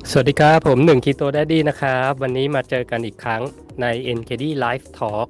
สวัสดีครับผมหนึ่ง Keto Daddy นะครับวันนี้มาเจอกันอีกครั้งใน NKD Live Talk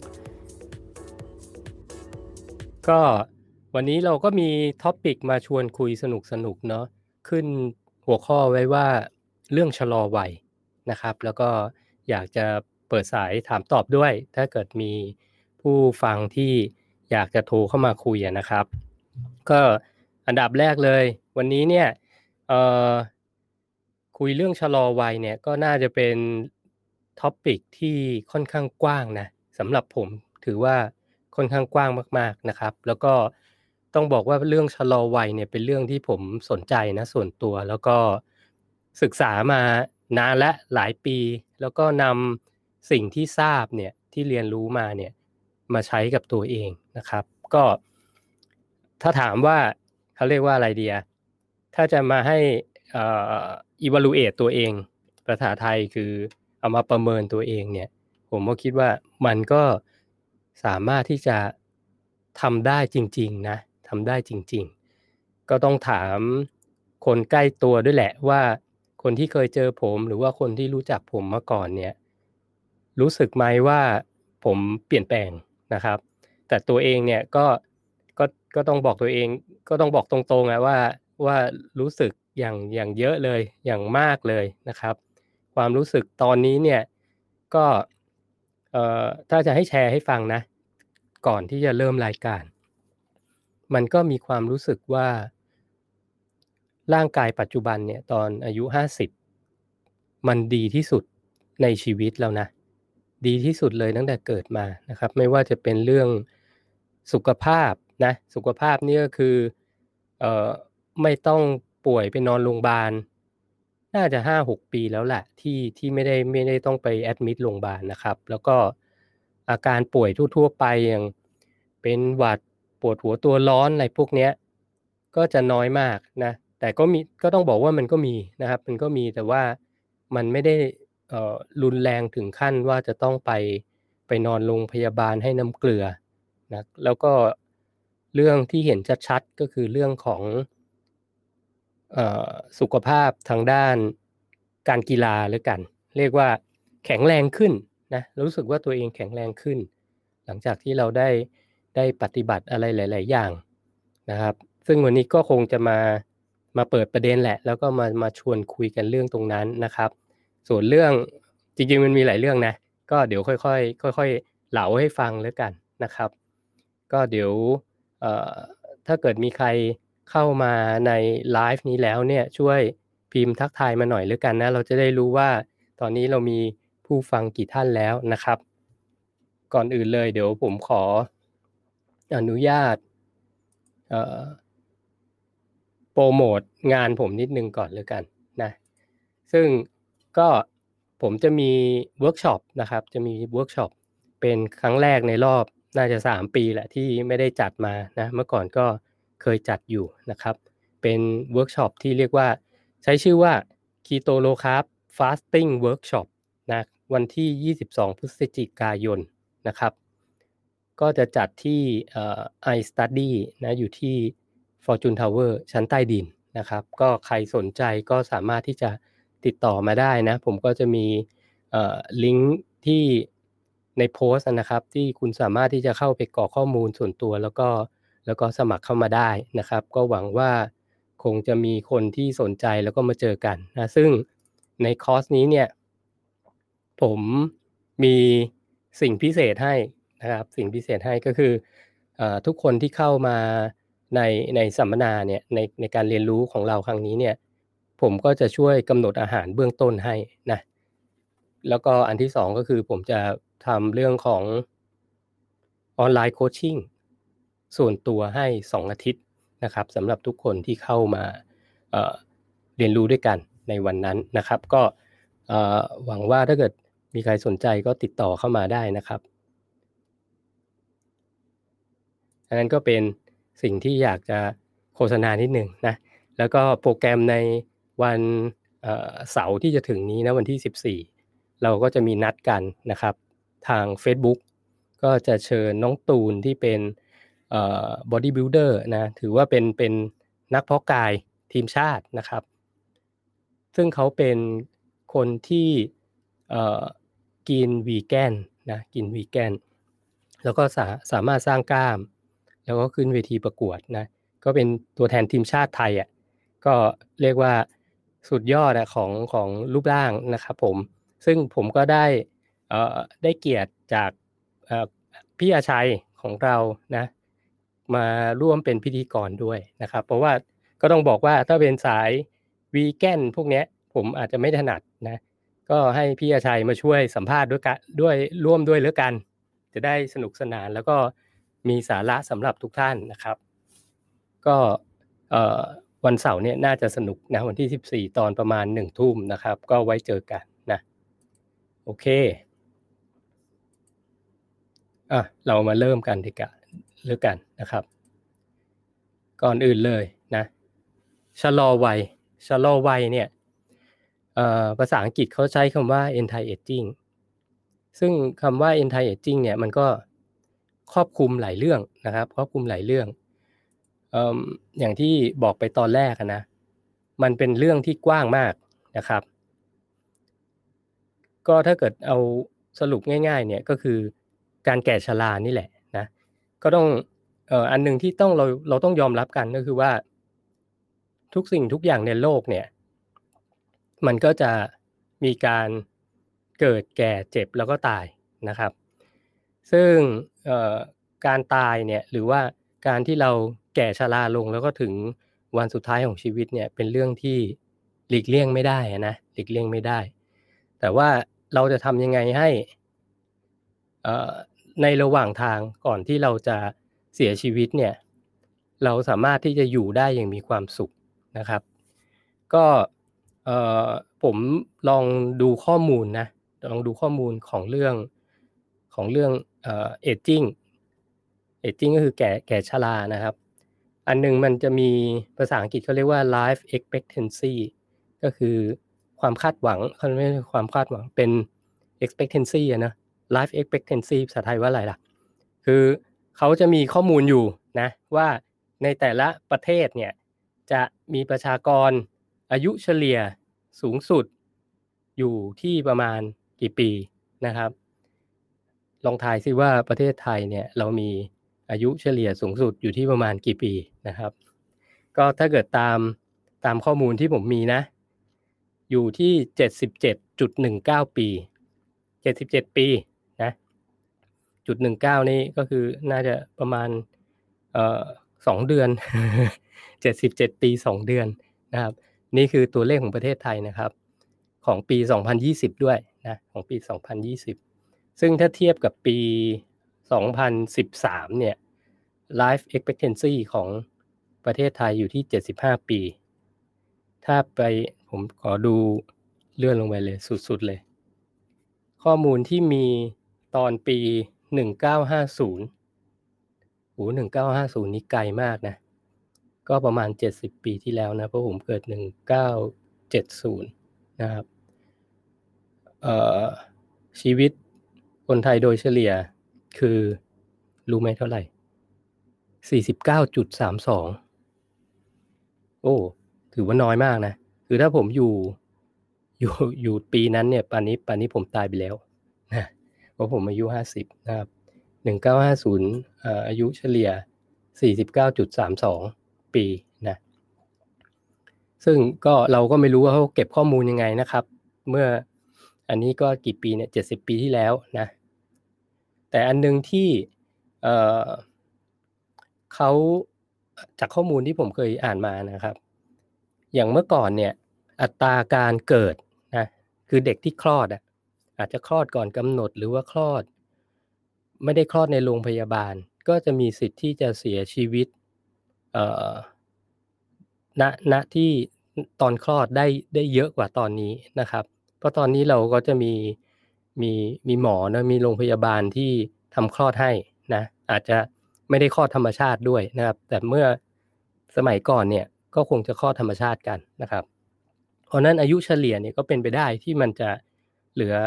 ก็วันนี้เราก็มีท็อปิกมาชวนคุยสนุกๆเนาะขึ้นหัวข้อไว้ว่าเรื่องชะลอวัยนะครับแล้วก็อยากจะเปิดสายถามตอบด้วยถ้าเกิดมีผู้ฟังที่อยากจะโทรเข้ามาคุยนะครับก็อันดับแรกเลยวันนี้เนี่ยเอ่อคุยเรื่องชะลอวัยเนี่ยก็น่าจะเป็นท็อปิกที่ค่อนข้างกว้างนะสำหรับผมถือว่าค่อนข้างกว้างมากๆนะครับแล้วก็ต้องบอกว่าเรื่องชะลอวัยเนี่ยเป็นเรื่องที่ผมสนใจนะส่วนตัวแล้วก็ศึกษามานานและหลายปีแล้วก็นำสิ่งที่ทราบเนี่ยที่เรียนรู้มาเนี่ยมาใช้กับตัวเองนะครับก็ถ้าถามว่าเขาเรียกว่าอะไรดีอะถ้าจะมาให้เอ่evaluate ตัวเองภาษาไทยคือเอามาประเมินตัวเองเนี่ยผมก็คิดว่ามันก็สามารถที่จะทำได้จริงๆนะทำได้จริงๆก็ต้องถามคนใกล้ตัวด้วยแหละว่าคนที่เคยเจอผมหรือว่าคนที่รู้จักผมมาก่อนเนี่ยรู้สึกไหมว่าผมเปลี่ยนแปลงนะครับแต่ตัวเองเนี่ยก็ก็ต้องบอกตัวเองก็ต้องบอกตรงๆอะว่ารู้สึกอย่างเยอะเลยอย่างมากเลยนะครับความรู้สึกตอนนี้เนี่ยก็ถ้าจะให้แชร์ให้ฟังนะก่อนที่จะเริ่มรายการมันก็มีความรู้สึกว่าร่างกายปัจจุบันเนี่ยตอนอายุ50มันดีที่สุดในชีวิตแล้วนะดีที่สุดเลยตั้งแต่เกิดมานะครับไม่ว่าจะเป็นเรื่องสุขภาพนะสุขภาพนี่ก็คือเอ่อไม่ต้องป่วยไปนอนโรงพยาบาลน่าจะ5-6ปีแล้วแหละที่ไม่ได้ต้องไปแอดมิตโรงพยาบาลนะครับแล้วก็อาการป่วยทั่วๆไปอย่างเป็นหวัดปวดหัวตัวร้อนอะไรพวกเนี้ยก็จะน้อยมากนะแต่ก็ต้องบอกว่ามันก็มีนะครับมันก็มีแต่ว่ามันไม่ได้รุนแรงถึงขั้นว่าจะต้องไปนอนโรงพยาบาลให้น้ำเกลือนะแล้วก็เรื่องที่เห็นชัดๆก็คือเรื่องของสุขภาพทางด้านการกีฬาแล้วกันเรียกว่าแข็งแรงขึ้นนะรู้สึกว่าตัวเองแข็งแรงขึ้นหลังจากที่เราได้ปฏิบัติอะไรหลายๆอย่างนะครับซึ่งวันนี้ก็คงจะมาเปิดประเด็นแหละแล้วก็มาชวนคุยกันเรื่องตรงนั้นนะครับส่วนเรื่องจริงๆมันมีหลายเรื่องนะก็เดี๋ยวค่อยๆค่อยๆเหลาให้ฟังแล้วกันนะครับก็เดี๋ยวเอ่อ ถ้าเกิดมีใครเข้ามาในไลฟ์นี้แล้วเนี่ยช่วยพิมพ์ทักทายมาหน่อยแล้วกันนะเราจะได้รู้ว่าตอนนี้เรามีผู้ฟังกี่ท่านแล้วนะครับก่อนอื่นเลยเดี๋ยวผมขออนุญาตเอ่อโปรโมตงานผมนิดนึงก่อนแล้วกันนะซึ่งก็ผมจะมีเวิร์กช็อปนะครับจะมีเวิร์กช็อปเป็นครั้งแรกในรอบน่าจะ3ปีแหละที่ไม่ได้จัดมานะเมื่อก่อนก็เคยจัดอยู่นะครับเป็นเวิร์กช็อปที่เรียกว่าใช้ชื่อว่า Keto Low Carb Fasting Workshop นะวันที่22พฤศจิกายนนะครับก็จะจัดที่iStudy นะอยู่ที่ Fortune Tower ชั้นใต้ดินนะครับก็ใครสนใจก็สามารถที่จะติดต่อมาได้นะผมก็จะมีลิงก์ที่ในโพสต์นะครับที่คุณสามารถที่จะเข้าไปกรอกข้อมูลส่วนตัวแล้วก็สมัครเข้ามาได้นะครับก็หวังว่าคงจะมีคนที่สนใจแล้วก็มาเจอกันนะซึ่งในคอร์สนี้เนี่ยผมมีสิ่งพิเศษให้นะครับสิ่งพิเศษให้ก็คือทุกคนที่เข้ามาในสัมมนาเนี่ยในการเรียนรู้ของเราครั้งนี้เนี่ยผมก็จะช่วยกำหนดอาหารเบื้องต้นให้นะแล้วก็อันที่2ก็คือผมจะทำเรื่องของออนไลน์โคชชิงส่วนตัวให้2อาทิตย์นะครับสำหรับทุกคนที่เข้ามาเอ่อเรียนรู้ด้วยกันในวันนั้นนะครับก็หวังว่าถ้าเกิดมีใครสนใจก็ติดต่อเข้ามาได้นะครับอันนั้นก็เป็นสิ่งที่อยากจะโฆษณานิดหนึ่งนะแล้วก็โปรแกรมในวันเสาร์ที่จะถึงนี้นะวันที่14เราก็จะมีนัดกันนะครับทางเฟซบุ๊กก็จะเชิญน้องตูนที่เป็นbody builder นะถือว่าเป็นนักเพาะกายทีมชาตินะครับซึ่งเขาเป็นคนที่กินวีแกนนะกินวีแกนแล้วก็สามารถสร้างกล้ามแล้วก็ขึ้นเวทีประกวดนะก็เป็นตัวแทนทีมชาติไทยก็เรียกว่าสุดยอดของรูปร่างนะครับผมซึ่งผมก็ได้เกียรติจากพี่อาชัยของเรานะมาร่วมเป็นพิธีกรด้วยนะครับเพราะว่าก็ต้องบอกว่าถ้าเป็นสายวีแกนพวกนี้ผมอาจจะไม่ถนัดนะก็ให้พี่อาชัยมาช่วยสัมภาษณ์ด้วยร่วมด้วยแล้วกันจะได้สนุกสนานแล้วก็มีสาระสำหรับทุกท่านนะครับก็วันเสาร์เนี่ยน่าจะสนุกนะวันที่14ตอนประมาณ1 ทุ่มนะครับก็ไว้เจอกันนะโอเคเรามาเริ่มกันดีกว่าเลือกกันนะครับก่อนอื่นเลยนะชะลอวัยเนี่ยภาษาอังกฤษเขาใช้คำว่า anti aging ซึ่งคำว่า anti aging เนี่ยมันก็ครอบคลุมหลายเรื่องนะครับครอบคลุมหลายเรื่องอย่างที่บอกไปตอนแรกนะมันเป็นเรื่องที่กว้างมากนะครับก็ถ้าเกิดเอาสรุปง่ายๆเนี่ยก็คือการแก่ชรานี่แหละนะก็ต้องอันนึงที่เราต้องยอมรับกันก็คือว่าทุกสิ่งทุกอย่างในโลกเนี่ยมันก็จะมีการเกิดแก่เจ็บแล้วก็ตายนะครับซึ่งการตายเนี่ยหรือว่าการที่เราแก่ชราลงแล้วก็ถึงวันสุดท้ายของชีวิตเนี่ยเป็นเรื่องที่หลีกเลี่ยงไม่ได้นะหลีกเลี่ยงไม่ได้แต่ว่าเราจะทำยังไงให้ในระหว่างทางก่อนที่เราจะเสียชีวิตเนี่ยเราสามารถที่จะอยู่ได้อย่างมีความสุขนะครับก็ผมลองดูข้อมูลนะลองดูข้อมูลของเรื่องaging ก็คือแก่ชรานะครับอันหนึ่งมันจะมีภาษาอังกฤษเขาเรียกว่า life expectancy ก็คือความคาดหวังเขาไม่ใช่ความคาดหวังเป็น expectancy นะ life expectancy ภาษาไทยว่าอะไรล่ะคือเขาจะมีข้อมูลอยู่นะว่าในแต่ละประเทศเนี่ยจะมีประชากรอายุเฉลี่ยสูงสุดอยู่ที่ประมาณกี่ปีนะครับลองทายซิว่าประเทศไทยเนี่ยเรามีอายุเฉลี่ยสูงสุดอยู่ที่ประมาณกี่ปีนะครับก็ถ้าเกิดตามข้อมูลที่ผมมีนะอยู่ที่ 77.19 ปี77ปีนะจุด19นี่ก็คือน่าจะประมาณ2เดือน77ปี2เดือนนะครับนี่คือตัวเลขของประเทศไทยนะครับของปี2020ด้วยนะของปี2020ซึ่งถ้าเทียบกับปี2013เนี่ย life expectancy ของประเทศไทยอยู่ที่75ปีถ้าไปผมขอดูเลื่อนลงไปเลยสุดๆเลยข้อมูลที่มีตอนปี1950โอ้1950นี่ไกลมากนะก็ประมาณ70ปีที่แล้วนะเพราะผมเกิด1970นะครับชีวิตคนไทยโดยเฉลี่ยคือรู้ไหมเท่าไหร่ 49.32 โอ้ถือว่าน้อยมากนะคือถ้าผมอยู่ปีนั้นเนี่ยป่านนี้ผมตายไปแล้วนะเพราะผมอายุ50นะครับ1950อายุเฉลี่ย 49.32 ปีนะซึ่งก็เราก็ไม่รู้ว่าเขาเก็บข้อมูลยังไงนะครับเมื่ออันนี้ก็กี่ปีเนี่ย70ปีที่แล้วนะแต่อันนึงที่เขาจากข้อมูลที่ผมเคยอ่านมานะครับอย่างเมื่อก่อนเนี่ยอัตราการเกิดนะคือเด็กที่คลอดอาจจะคลอดก่อนกำหนดหรือว่าคลอดไม่ได้คลอดในโรงพยาบาลก็จะมีสิทธิ์ที่จะเสียชีวิตณที่ตอนคลอดได้เยอะกว่าตอนนี้นะครับเพราะตอนนี้เราก็จะมีหมอนะมีโรงพยาบาลที่ทำคลอดให้นะอาจจะไม่ได้คลอดธรรมชาติด้วยนะครับแต่เมื่อสมัยก่อนเนี่ยก็คงจะคลอดธรรมชาติกันนะครับเพราะนั้นอายุเฉลี่ยเนี่ยก็เป็นไปได้ที่มันจะเหลือ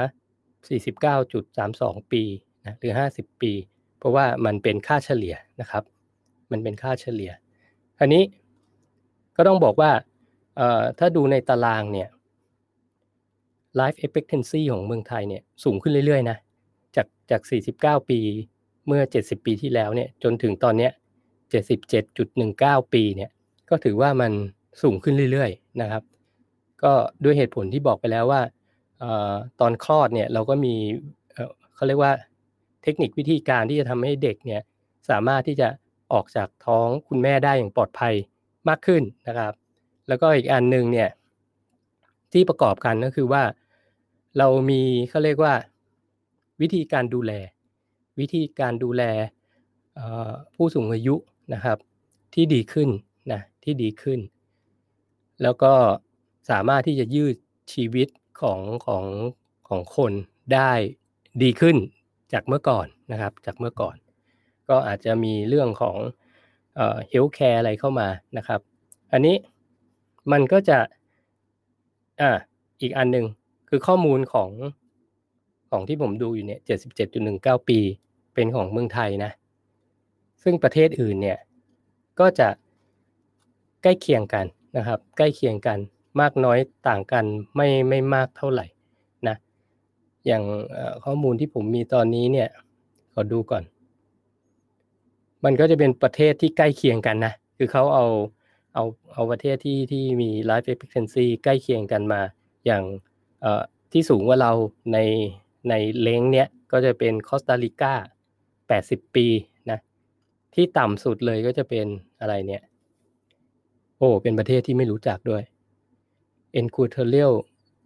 49.32 ปีนะหรือ50ปีเพราะว่ามันเป็นค่าเฉลี่ยนะครับมันเป็นค่าเฉลี่ยอันนี้ก็ต้องบอกว่าถ้าดูในตารางเนี่ย life expectancy ของเมืองไทยเนี่ยสูงขึ้นเรื่อยๆนะจาก49ปีเมื่อ70ปีที่แล้วเนี่ยจนถึงตอนเนี้ย 77.19 ปีเนี่ยก็ถือว่ามันสูงขึ้นเรื่อยๆนะครับก็ด้วยเหตุผลที่บอกไปแล้วว่าตอนคลอดเนี่ยเราก็มีเขาเรียกว่าเทคนิควิธีการที่จะทำให้เด็กเนี่ยสามารถที่จะออกจากท้องคุณแม่ได้อย่างปลอดภัยมากขึ้นนะครับแล้วก็อีกอันนึงเนี่ยที่ประกอบกันก็คือว่าเรามีเขาเรียกว่าวิธีการดูแลผู้สูงอายุนะครับที่ดีขึ้นนะที่ดีขึ้นแล้วก็สามารถที่จะยืดชีวิตของคนได้ดีขึ้นจากเมื่อก่อนนะครับจากเมื่อก่อนก็อาจจะมีเรื่องของhealth care อะไรเข้ามานะครับอันนี้มันก็จะอีกอันนึงคือข้อมูลของที่ผมดูอยู่เนี่ย 77.19 ปีเป็นของเมืองไทยนะซึ่งประเทศอื่นเนี่ยก็จะใกล้เคียงกันนะครับใกล้เคียงกันมากน้อยต่างกันไม่มากเท่าไหร่นะอย่างข้อมูลที่ผมมีตอนนี้เนี่ยขอดูก่อนมันก็จะเป็นประเทศที่ใกล้เคียงกันนะคือเขาเอาประเทศที่มี life expectancy ใกล้เคียงกันมาอย่างที่สูงกว่าเราในเล้งเนี้ยก็จะเป็นคอสตาริกา80ปีนะที่ต่ำสุดเลยก็จะเป็นอะไรเนี่ยโอ้เป็นประเทศที่ไม่รู้จักด้วยเอ็นคูเทเรียล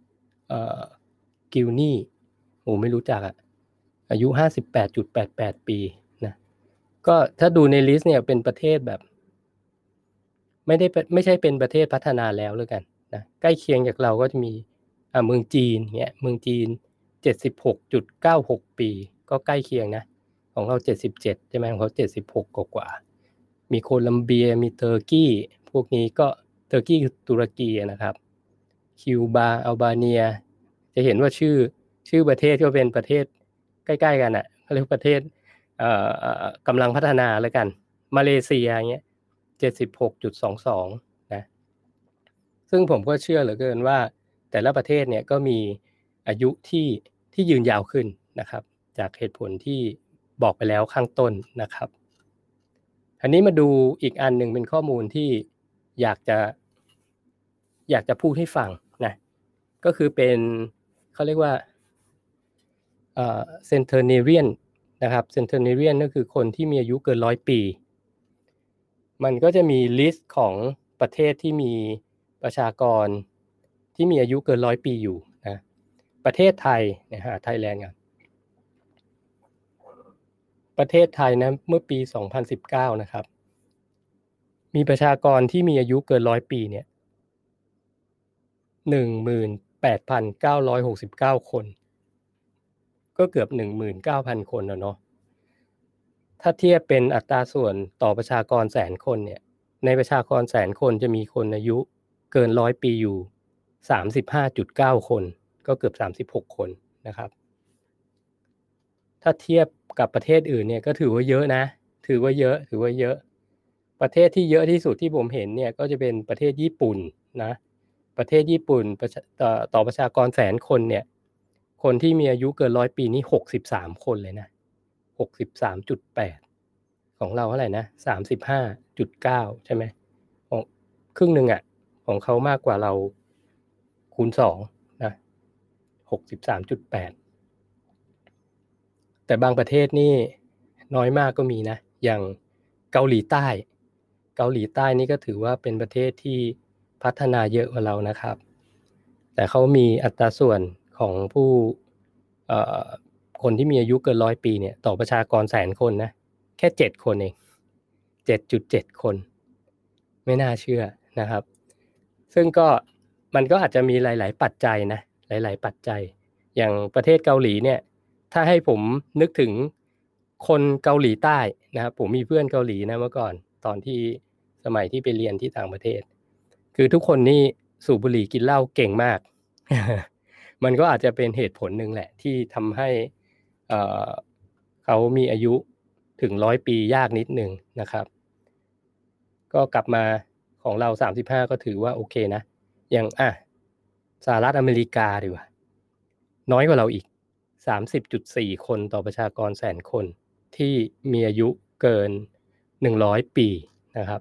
กิลนีโอ้ไม่รู้จักอ่ะอายุ 58.88 ปีนะก็ถ้าดูในลิสต์เนี่ยเป็นประเทศแบบไม่ใช่เป็นประเทศพัฒนาแล้วเลยกันนะใกล้เคียงจากเราก็จะมีเมืองจีนเงี้ยเมืองจีน 76.96 ปีก็ใกล้เคียงนะของเรา77ใช่ไหมของเขา76กว่ามีโคลัมเบียมีเทอร์กีพวกนี้ก็เทอร์กีคือตุรกีนะครับคิวบาอัลบาเนียจะเห็นว่าชื่อประเทศก็เป็นประเทศใกล้ๆกันอ่ะเขาเรียกประเทศกำลังพัฒนาแล้วกันมาเลเซียเงี้ย76.22นะซึ่งผมก็เชื่อเหลือเกินว่าแต่ละประเทศเนี่ยก็มีอายุที่ยืนยาวขึ้นนะครับจากเหตุผลที่บอกไปแล้วข้างต้นนะครับอันนี้มาดูอีกอันหนึ่งเป็นข้อมูลที่อยากจะพูดให้ฟังนะก็คือเป็นเขาเรียกว่าเซนเทอร์เนเรียนนะครับเซนเทอร์เนเรียนก็คือคนที่มีอายุเกิน100ปีมันก็จะมีลิสต์ของประเทศที่มีประชากรที่มีอายุเกิน100ปีอยู่นะประเทศไทยนะฮะไทยแลนด์กันประเทศไทยนะเมื่อปี2019นะครับมีประชากรที่มีอายุเกิน100ปีเนี่ย 18,969 คนก็เกือบ 19,000 คนเนาะถ้าเทียบเป็นอัตราส่วนต่อประชากรแสนคนเนี่ยในประชากรแสนคนจะมีคนอายุเกิน100ปีอยู่ 35.9 คนก็เกือบ36คนนะครับถ้าเทียบกับประเทศอื่นเนี่ยก็ถือว่าเยอะนะถือว่าเยอะประเทศที่เยอะที่สุดที่ผมเห็นเนี่ยก็จะเป็นประเทศญี่ปุ่นนะประเทศญี่ปุ่นต่อประชากรแสนคนเนี่ยคนที่มีอายุเกิน100ปีนี่63คนเลยนะ63.8ของเราเท่าไหร่นะ35.9ใช่ไหมของครึ่งหนึ่งอ่ะของเขามากกว่าเราคูณ2นะ63.8แต่บางประเทศนี่น้อยมากก็มีนะอย่างเกาหลีใต้นี่ก็ถือว่าเป็นประเทศที่พัฒนาเยอะกว่าเรานะครับแต่เขามีอัตราส่วนของผู้คนที่มีอายุเกิน100ปีเนี่ยต่อประชากรแสนคนนะแค่7คนเอง7.7คนไม่น่าเชื่อนะครับซึ่งก็มันก็อาจจะมีหลายๆปัจจัยนะหลายๆปัจจัยอย่างประเทศเกาหลีเนี่ยถ้าให้ผมนึกถึงคนเกาหลีใต้นะครับผมมีเพื่อนเกาหลีนะเมื่อก่อนตอนที่สมัยที่ไปเรียนที่ต่างประเทศคือทุกคนนี่สูบบุหรี่กินเหล้าเก่งมาก มันก็อาจจะเป็นเหตุผลหนึ่งแหละที่ทำให้เขามีอายุถึง100ปียากนิดหนึ่งนะครับก็กลับมาของเรา35ก็ถือว่าโอเคนะอย่างสหรัฐอเมริกาดีกว่าน้อยกว่าเราอีก 30.4 คนต่อประชากรแสนคนที่มีอายุเกิน100ปีนะครับ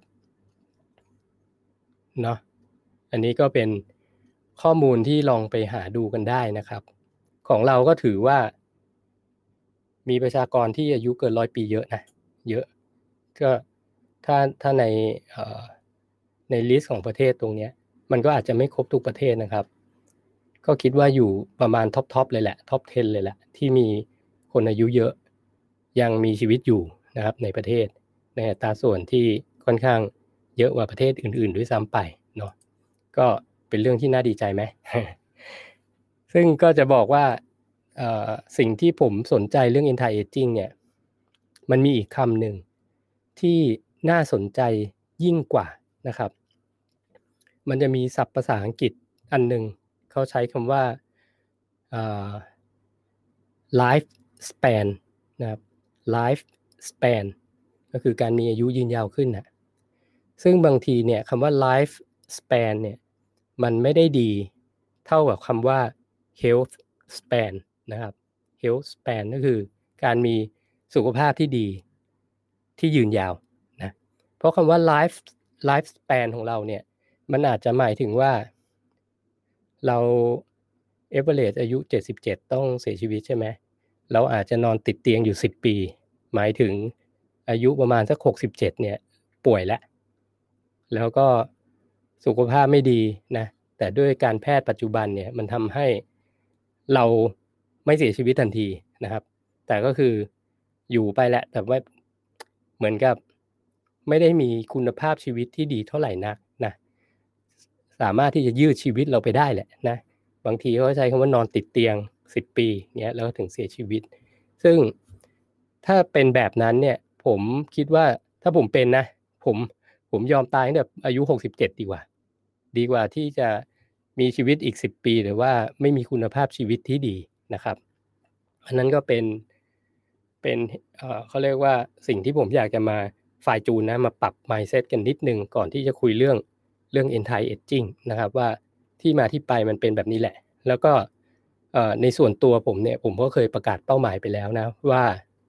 เนาะอันนี้ก็เป็นข้อมูลที่ลองไปหาดูกันได้นะครับของเราก็ถือว่ามีประชากรที่อายุเกิน100ปีเยอะนะเยอะก็ถ้าในลิสต์ของประเทศตรงนี้มันก็อาจจะไม่ครบทุกประเทศนะครับก็คิดว่าอยู่ประมาณท็อปเลยแหละท็อป10เลยแหละที่มีคนอายุเยอะยังมีชีวิตอยู่นะครับในประเทศในอัตราส่วนที่ค่อนข้างเยอะกว่าประเทศอื่นๆด้วยซ้ำไปเนาะก็เป็นเรื่องที่น่าดีใจไหม ซึ่งก็จะบอกว่าสิ่งที่ผมสนใจเรื่อง anti aging เนี่ยมันมีอีกคำหนึ่งที่น่าสนใจยิ่งกว่านะครับมันจะมีศัพท์ภาษาอังกฤษอันหนึ่งเขาใช้คำว่า life span นะครับ life span ก็คือการมีอายุยืนยาวขึ้นนะซึ่งบางทีเนี่ยคำว่า life span เนี่ยมันไม่ได้ดีเท่ากับคำว่า health span นะครับ health span ก็คือการมีสุขภาพที่ดีที่ยืนยาวนะเพราะคำว่า life span ของเราเนี่ยมันอาจจะหมายถึงว่าเรา average อายุ77ต้องเสียชีวิตใช่ไหมเราอาจจะนอนติดเตียงอยู่10ปีหมายถึงอายุประมาณสัก67เนี่ยป่วยแล้วก็สุขภาพไม่ดีนะแต่ด้วยการแพทย์ปัจจุบันเนี่ยมันทำให้เราไม่เสียชีวิตทันทีนะครับแต่ก็คืออยู่ไปแหละแต่ว่าเหมือนกับไม่ได้มีคุณภาพชีวิตที่ดีเท่าไหร่นักนะสามารถที่จะยืดชีวิตเราไปได้แหละนะบางทีเขาใช้คำว่านอนติดเตียง10ปีเงี้ยแล้วถึงเสียชีวิตซึ่งถ้าเป็นแบบนั้นเนี่ยผมคิดว่าถ้าผมเป็นนะผมยอมตายตั้งแต่อายุ67ดีกว่าที่จะมีชีวิตอีก10ปีหรือว่าไม่มีคุณภาพชีวิตที่ดีนะครับอันนั้นก็เป็นเขาเรียกว่าสิ่งที่ผมอยากจะมาฝ่ายจูนนะมาปรับ mindset กันนิดนึงก่อนที่จะคุยเรื่อง anti aging นะครับว่าที่มาที่ไปมันเป็นแบบนี้แหละแล้วก็ในส่วนตัวผมเนี่ยผมก็เคยประกาศเป้าหมายไปแล้วนะว่า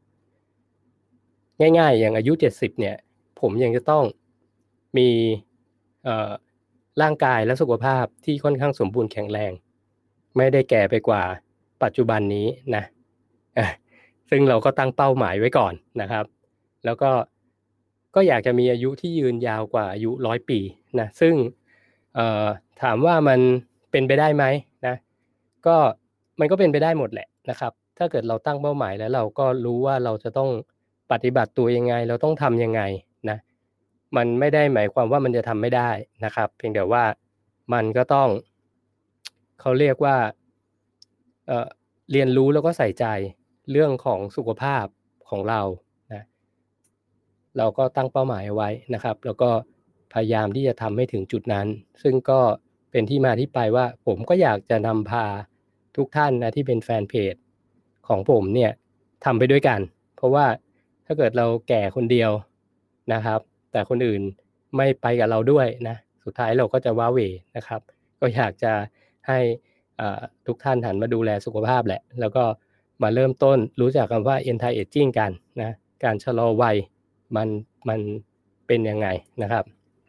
ง่ายๆอย่างอายุ70เนี่ยผมยังจะต้องมีร่างกายและสุขภาพที่ค่อนข้างสมบูรณ์แข็งแรงไม่ได้แก่ไปกว่าปัจจุบันนี้นะซึ่งเราก็ตั้งเป้าหมายไว้ก่อนนะครับแล้วก็อยากจะมีอายุที่ยืนยาวกว่าอายุ100ปีนะซึ่งถามว่ามันเป็นไปได้ไหมนะก็มันก็เป็นไปได้หมดแหละนะครับถ้าเกิดเราตั้งเป้าหมายแล้วเราก็รู้ว่าเราจะต้องปฏิบัติตัวยังไงเราต้องทำยังไงนะมันไม่ได้หมายความว่ามันจะทำไม่ได้นะครับเพียงแต่ว่ามันก็ต้องเขาเรียกว่าเรียนรู้แล้วก็ใส่ใจเรื่องของสุขภาพของเรานะเราก็ตั้งเป้าหมายเอาไว้นะครับแล้วก็พยายามที่จะทำให้ถึงจุดนั้นซึ่งก็เป็นที่มาที่ไปว่าผมก็อยากจะนำพาทุกท่านนะที่เป็นแฟนเพจของผมเนี่ยทำไปด้วยกันเพราะว่าถ้าเกิดเราแก่คนเดียวนะครับแต่คนอื่นไม่ไปกับเราด้วยนะสุดท้ายเราก็จะว้าเหวนะครับก็อยากจะให้ทุกท่านหันมาดูแลสุขภาพแหละแล้วก็มาเริ่มต้นรู้จักคำว่า anti aging กันนะการชะลอวัยมันเป็นยังไงนะครับ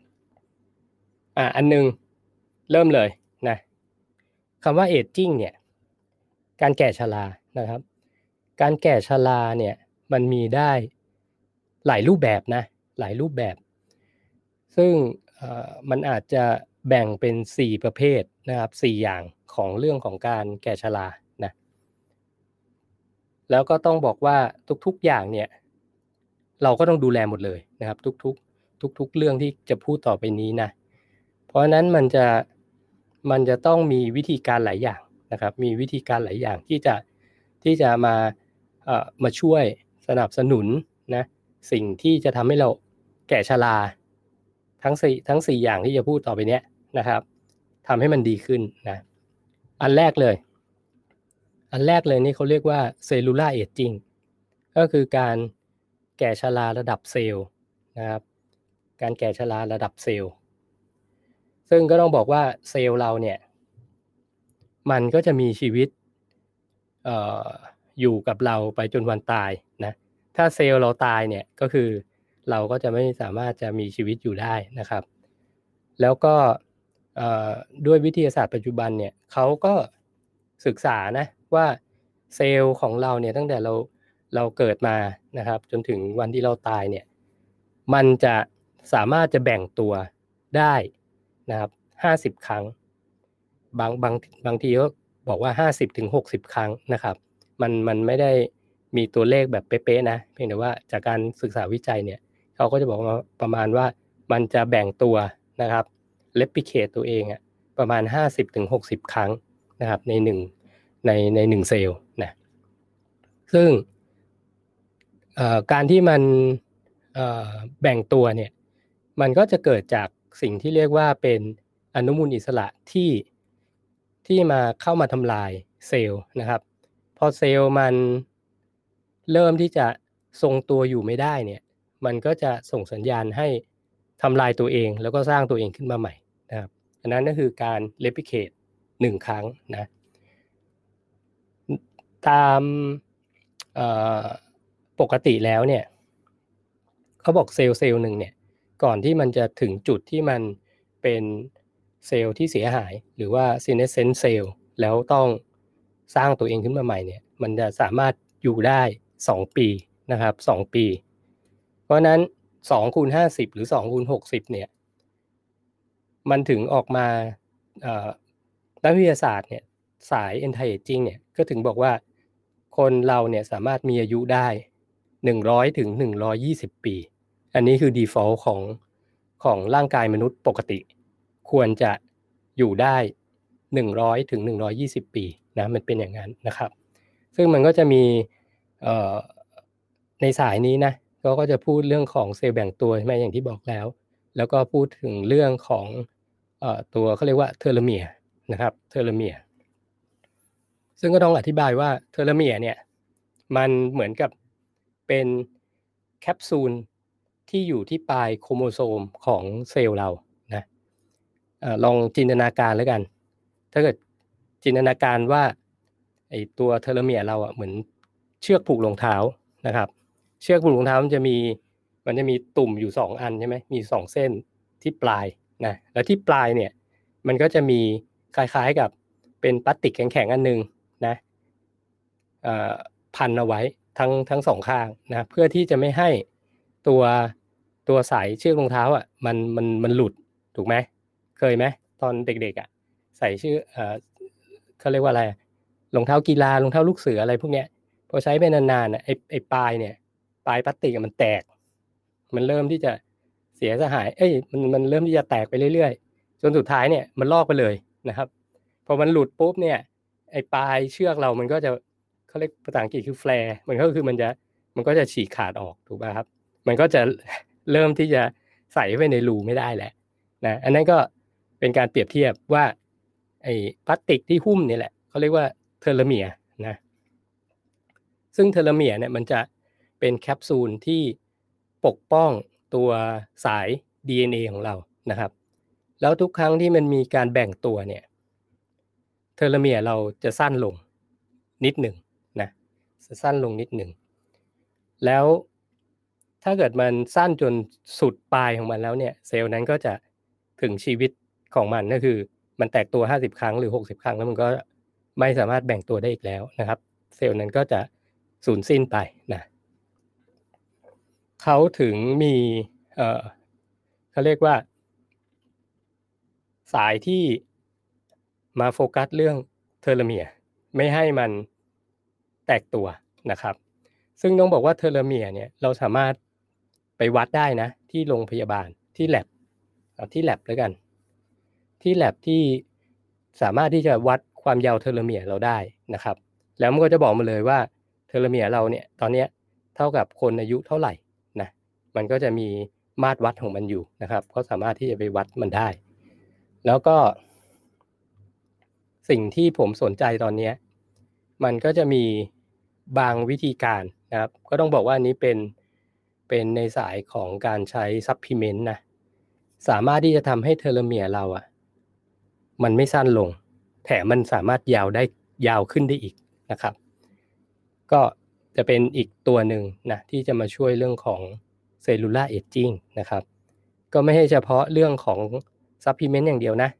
อันนึงเริ่มเลยนะคำว่า aging เนี่ยการแก่ชรานะครับการแก่ชราเนี่ยมันมีได้หลายรูปแบบนะหลายรูปแบบซึ่งมันอาจจะแบ่งเป็น4ประเภทนะครับ4อย่างของเรื่องของการแก่ชรานะแล้วก็ต้องบอกว่าทุกๆอย่างเนี่ยเราก็ต้องดูแลหมดเลยนะครับทุกๆเรื่องที่จะพูดต่อไปนี้นะเพราะฉะนั้นมันจะต้องมีวิธีการหลายอย่างนะครับมีวิธีการหลายอย่างที่จะมาช่วยสนับสนุนนะสิ่งที่จะทำให้เราแก่ชราทั้ง4อย่างที่จะพูดต่อไปเนี้ยนะครับทำให้มันดีขึ้นนะอันแรกเลยนี่เขาเรียกว่า cellular aging ก็คือการแก่ชราระดับเซลล์นะครับการแก่ชราระดับเซลล์ซึ่งก็ต้องบอกว่าเซลล์เราเนี่ยมันก็จะมีชีวิตออยู่กับเราไปจนวันตายนะถ้าเซลล์เราตายเนี่ยก็คือเราก็จะไม่สามารถจะมีชีวิตอยู่ได้นะครับแล้วก็ด้วยวิทยาศาสตร์ปัจจุบันเนี่ยเขาก็ศึกษานะว่าเซลล์ของเราเนี่ยตั้งแต่เราเกิดมานะครับจนถึงวันที่เราตายเนี่ยมันจะสามารถจะแบ่งตัวได้นะครับ50ครั้งบางทีก็บอกว่า50 ถึง 60 ครั้งนะครับมันไม่ได้มีตัวเลขแบบเป๊ะๆนะเพียงแต่ว่าจากการศึกษาวิจัยเนี่ยเขาก็จะบอกมาประมาณว่ามันจะแบ่งตัวนะครับ replicate ตัวเองอะประมาณ50 ถึง 60 ครั้งนะครับในหนึ่งเซลล์นะซึ่งการที่มันแบ่งตัวเนี่ยมันก็จะเกิดจากสิ่งที่เรียกว่าเป็นอนุมูลอิสระที่มาเข้ามาทำลายเซลล์นะครับพอเซลล์มันเริ่มที่จะทรงตัวอยู่ไม่ได้เนี่ยมันก็จะส่งสัญญาณให้ทำลายตัวเองแล้วก็สร้างตัวเองขึ้นมาใหม่นะครับอันนั้นก็คือการ replicate 1 ครั้งนะตามปกติแล้วเนี่ยเขาบอกเซลล์หนึ่งเนี่ยก่อนที่มันจะถึงจุดที่มันเป็นเซลล์ที่เสียหายหรือว่า senescent cell แล้วต้องสร้างตัวเองขึ้นมาใหม่เนี่ยมันจะสามารถอยู่ได้2ปีนะครับ2ปีเพราะนั้น2คูณ50หรือ2คูณ60เนี่ยมันถึงออกมานักวิทยาศาสตร์เนี่ยสาย anti-aging เนี่ยก็ถึงบอกว่าคนเราเนี่ยสามารถมีอายุได้100 ถึง 120 ปีอันนี้คือ default ของร่างกายมนุษย์ปกติควรจะอยู่ได้100 ถึง 120 ปีนะมันเป็นอย่างนั้นนะครับซึ่งมันก็จะมีในสายนี้นะก็จะพูดเรื่องของเซลล์แบ่งตัวใช่ไหมอย่างที่บอกแล้วก็พูดถึงเรื่องของตัวเขาเรียกว่าเทโลเมียร์นะครับเทโลเมียร์ซึ่งก็ต้องอธิบายว่าเทโลเมียร์เนี่ยมันเหมือนกับเป็นแคปซูลที่อยู่ที่ปลายโครโมโซมของเซลล์เรานะลองจินตนาการแล้วกันถ้าเกิดจินตนาการว่าไอตัวเทโลเมียร์เราอ่ะเหมือนเชือกผูกรองเท้านะครับเชือกผูกรองเท้ามันจะมีตุ่มอยู่2อันใช่ไหมมี2เส้นที่ปลายนะแล้วที่ปลายเนี่ยมันก็จะมีคล้ายๆกับเป็นพลาสติกแข็งๆอันนึงนะพันเอาไว้ทั้งสองข้างนะเพื่อที่จะไม่ให้ตัวสายเชือกรองเท้าอ่ะมันหลุดถูกไหมเคยไหมตอนเด็กๆอ่ะใส่ชื่อเขาเรียกว่าอะไรรองเท้ากีฬารองเท้าลูกเสืออะไรพวกเนี้ยพอใช้ไปนานๆอ่ะไอ้ปลายเนี่ยปลายพลาสติกมันแตกมันเริ่มที่จะเสียสหายมันเริ่มที่จะแตกไปเรื่อยๆจนสุดท้ายเนี่ยมันลอกไปเลยนะครับพอมันหลุดปุ๊บเนี่ยไอ้ปลายเชือกเรามันก็จะเขาเรียกภาษาอังกฤษคือแฟร์มันก็คือมันก็จะฉีกขาดออกถูกป่ะครับมันก็จะเริ่มที่จะใส่ไว้ในรูไม่ได้แหละนะอันนั้นก็เป็นการเปรียบเทียบว่าไอ้พลาสติกที่หุ้มนี่แหละเขาเรียกว่าเทโลเมียร์นะซึ่งเทโลเมียร์เนี่ยมันจะเป็นแคปซูลที่ปกป้องตัวสาย DNA ของเรานะครับแล้วทุกครั้งที่มันมีการแบ่งตัวเนี่ยเทโลเมียร์เราจะสั้นลงนิดหนึ่งนะจะสั้นลงนิดหนึ่งแล้วถ้าเกิดมันสั้นจนสุดปลายของมันแล้วเนี่ยเซลล์นั้นก็จะถึงชีวิตของมันก็คือมันแตกตัว50ครั้งหรือ60ครั้งแล้วมันก็ไม่สามารถแบ่งตัวได้อีกแล้วนะครับเซลล์นั้นก็จะสูญสิ้นไปนะเขาถึงมีเขาเรียกว่าสายที่มาโฟกัสเรื่องเทโลเมียร์ไม่ให้มันแตกตัวนะครับซึ่งต้องบอกว่าเทโลเมียร์เนี่ยเราสามารถไปวัดได้นะที่โรงพยาบาลที่แลบแล้วกันที่แลบที่สามารถที่จะวัดความยาวเทโลเมียร์เราได้นะครับแล้วมันก็จะบอกมาเลยว่าเทโลเมียร์เราเนี่ยตอนนี้เท่ากับคนอายุเท่าไหร่นะมันก็จะมีมาตรวัดของมันอยู่นะครับก็สามารถที่จะไปวัดมันได้แล้วก็สิ่งที่ผมสนใจตอนนี้มันก็จะมีบางวิธีการนะครับก็ต้องบอกว่าอันนี้เป็นในสายของการใช้ซัพพลีเมนต์นะสามารถที่จะทำให้เทโลเมียร์เราอ่ะมันไม่สั้นลงแถมมันสามารถยาวขึ้นได้อีกนะครับก็จะเป็นอีกตัวหนึ่งนะที่จะมาช่วยเรื่องของเซลลูลาร์เอจจิ้งนะครับก็ไม่ใช่เฉพาะเรื่องของซัพพลีเมนต์อย่างเดียวนะ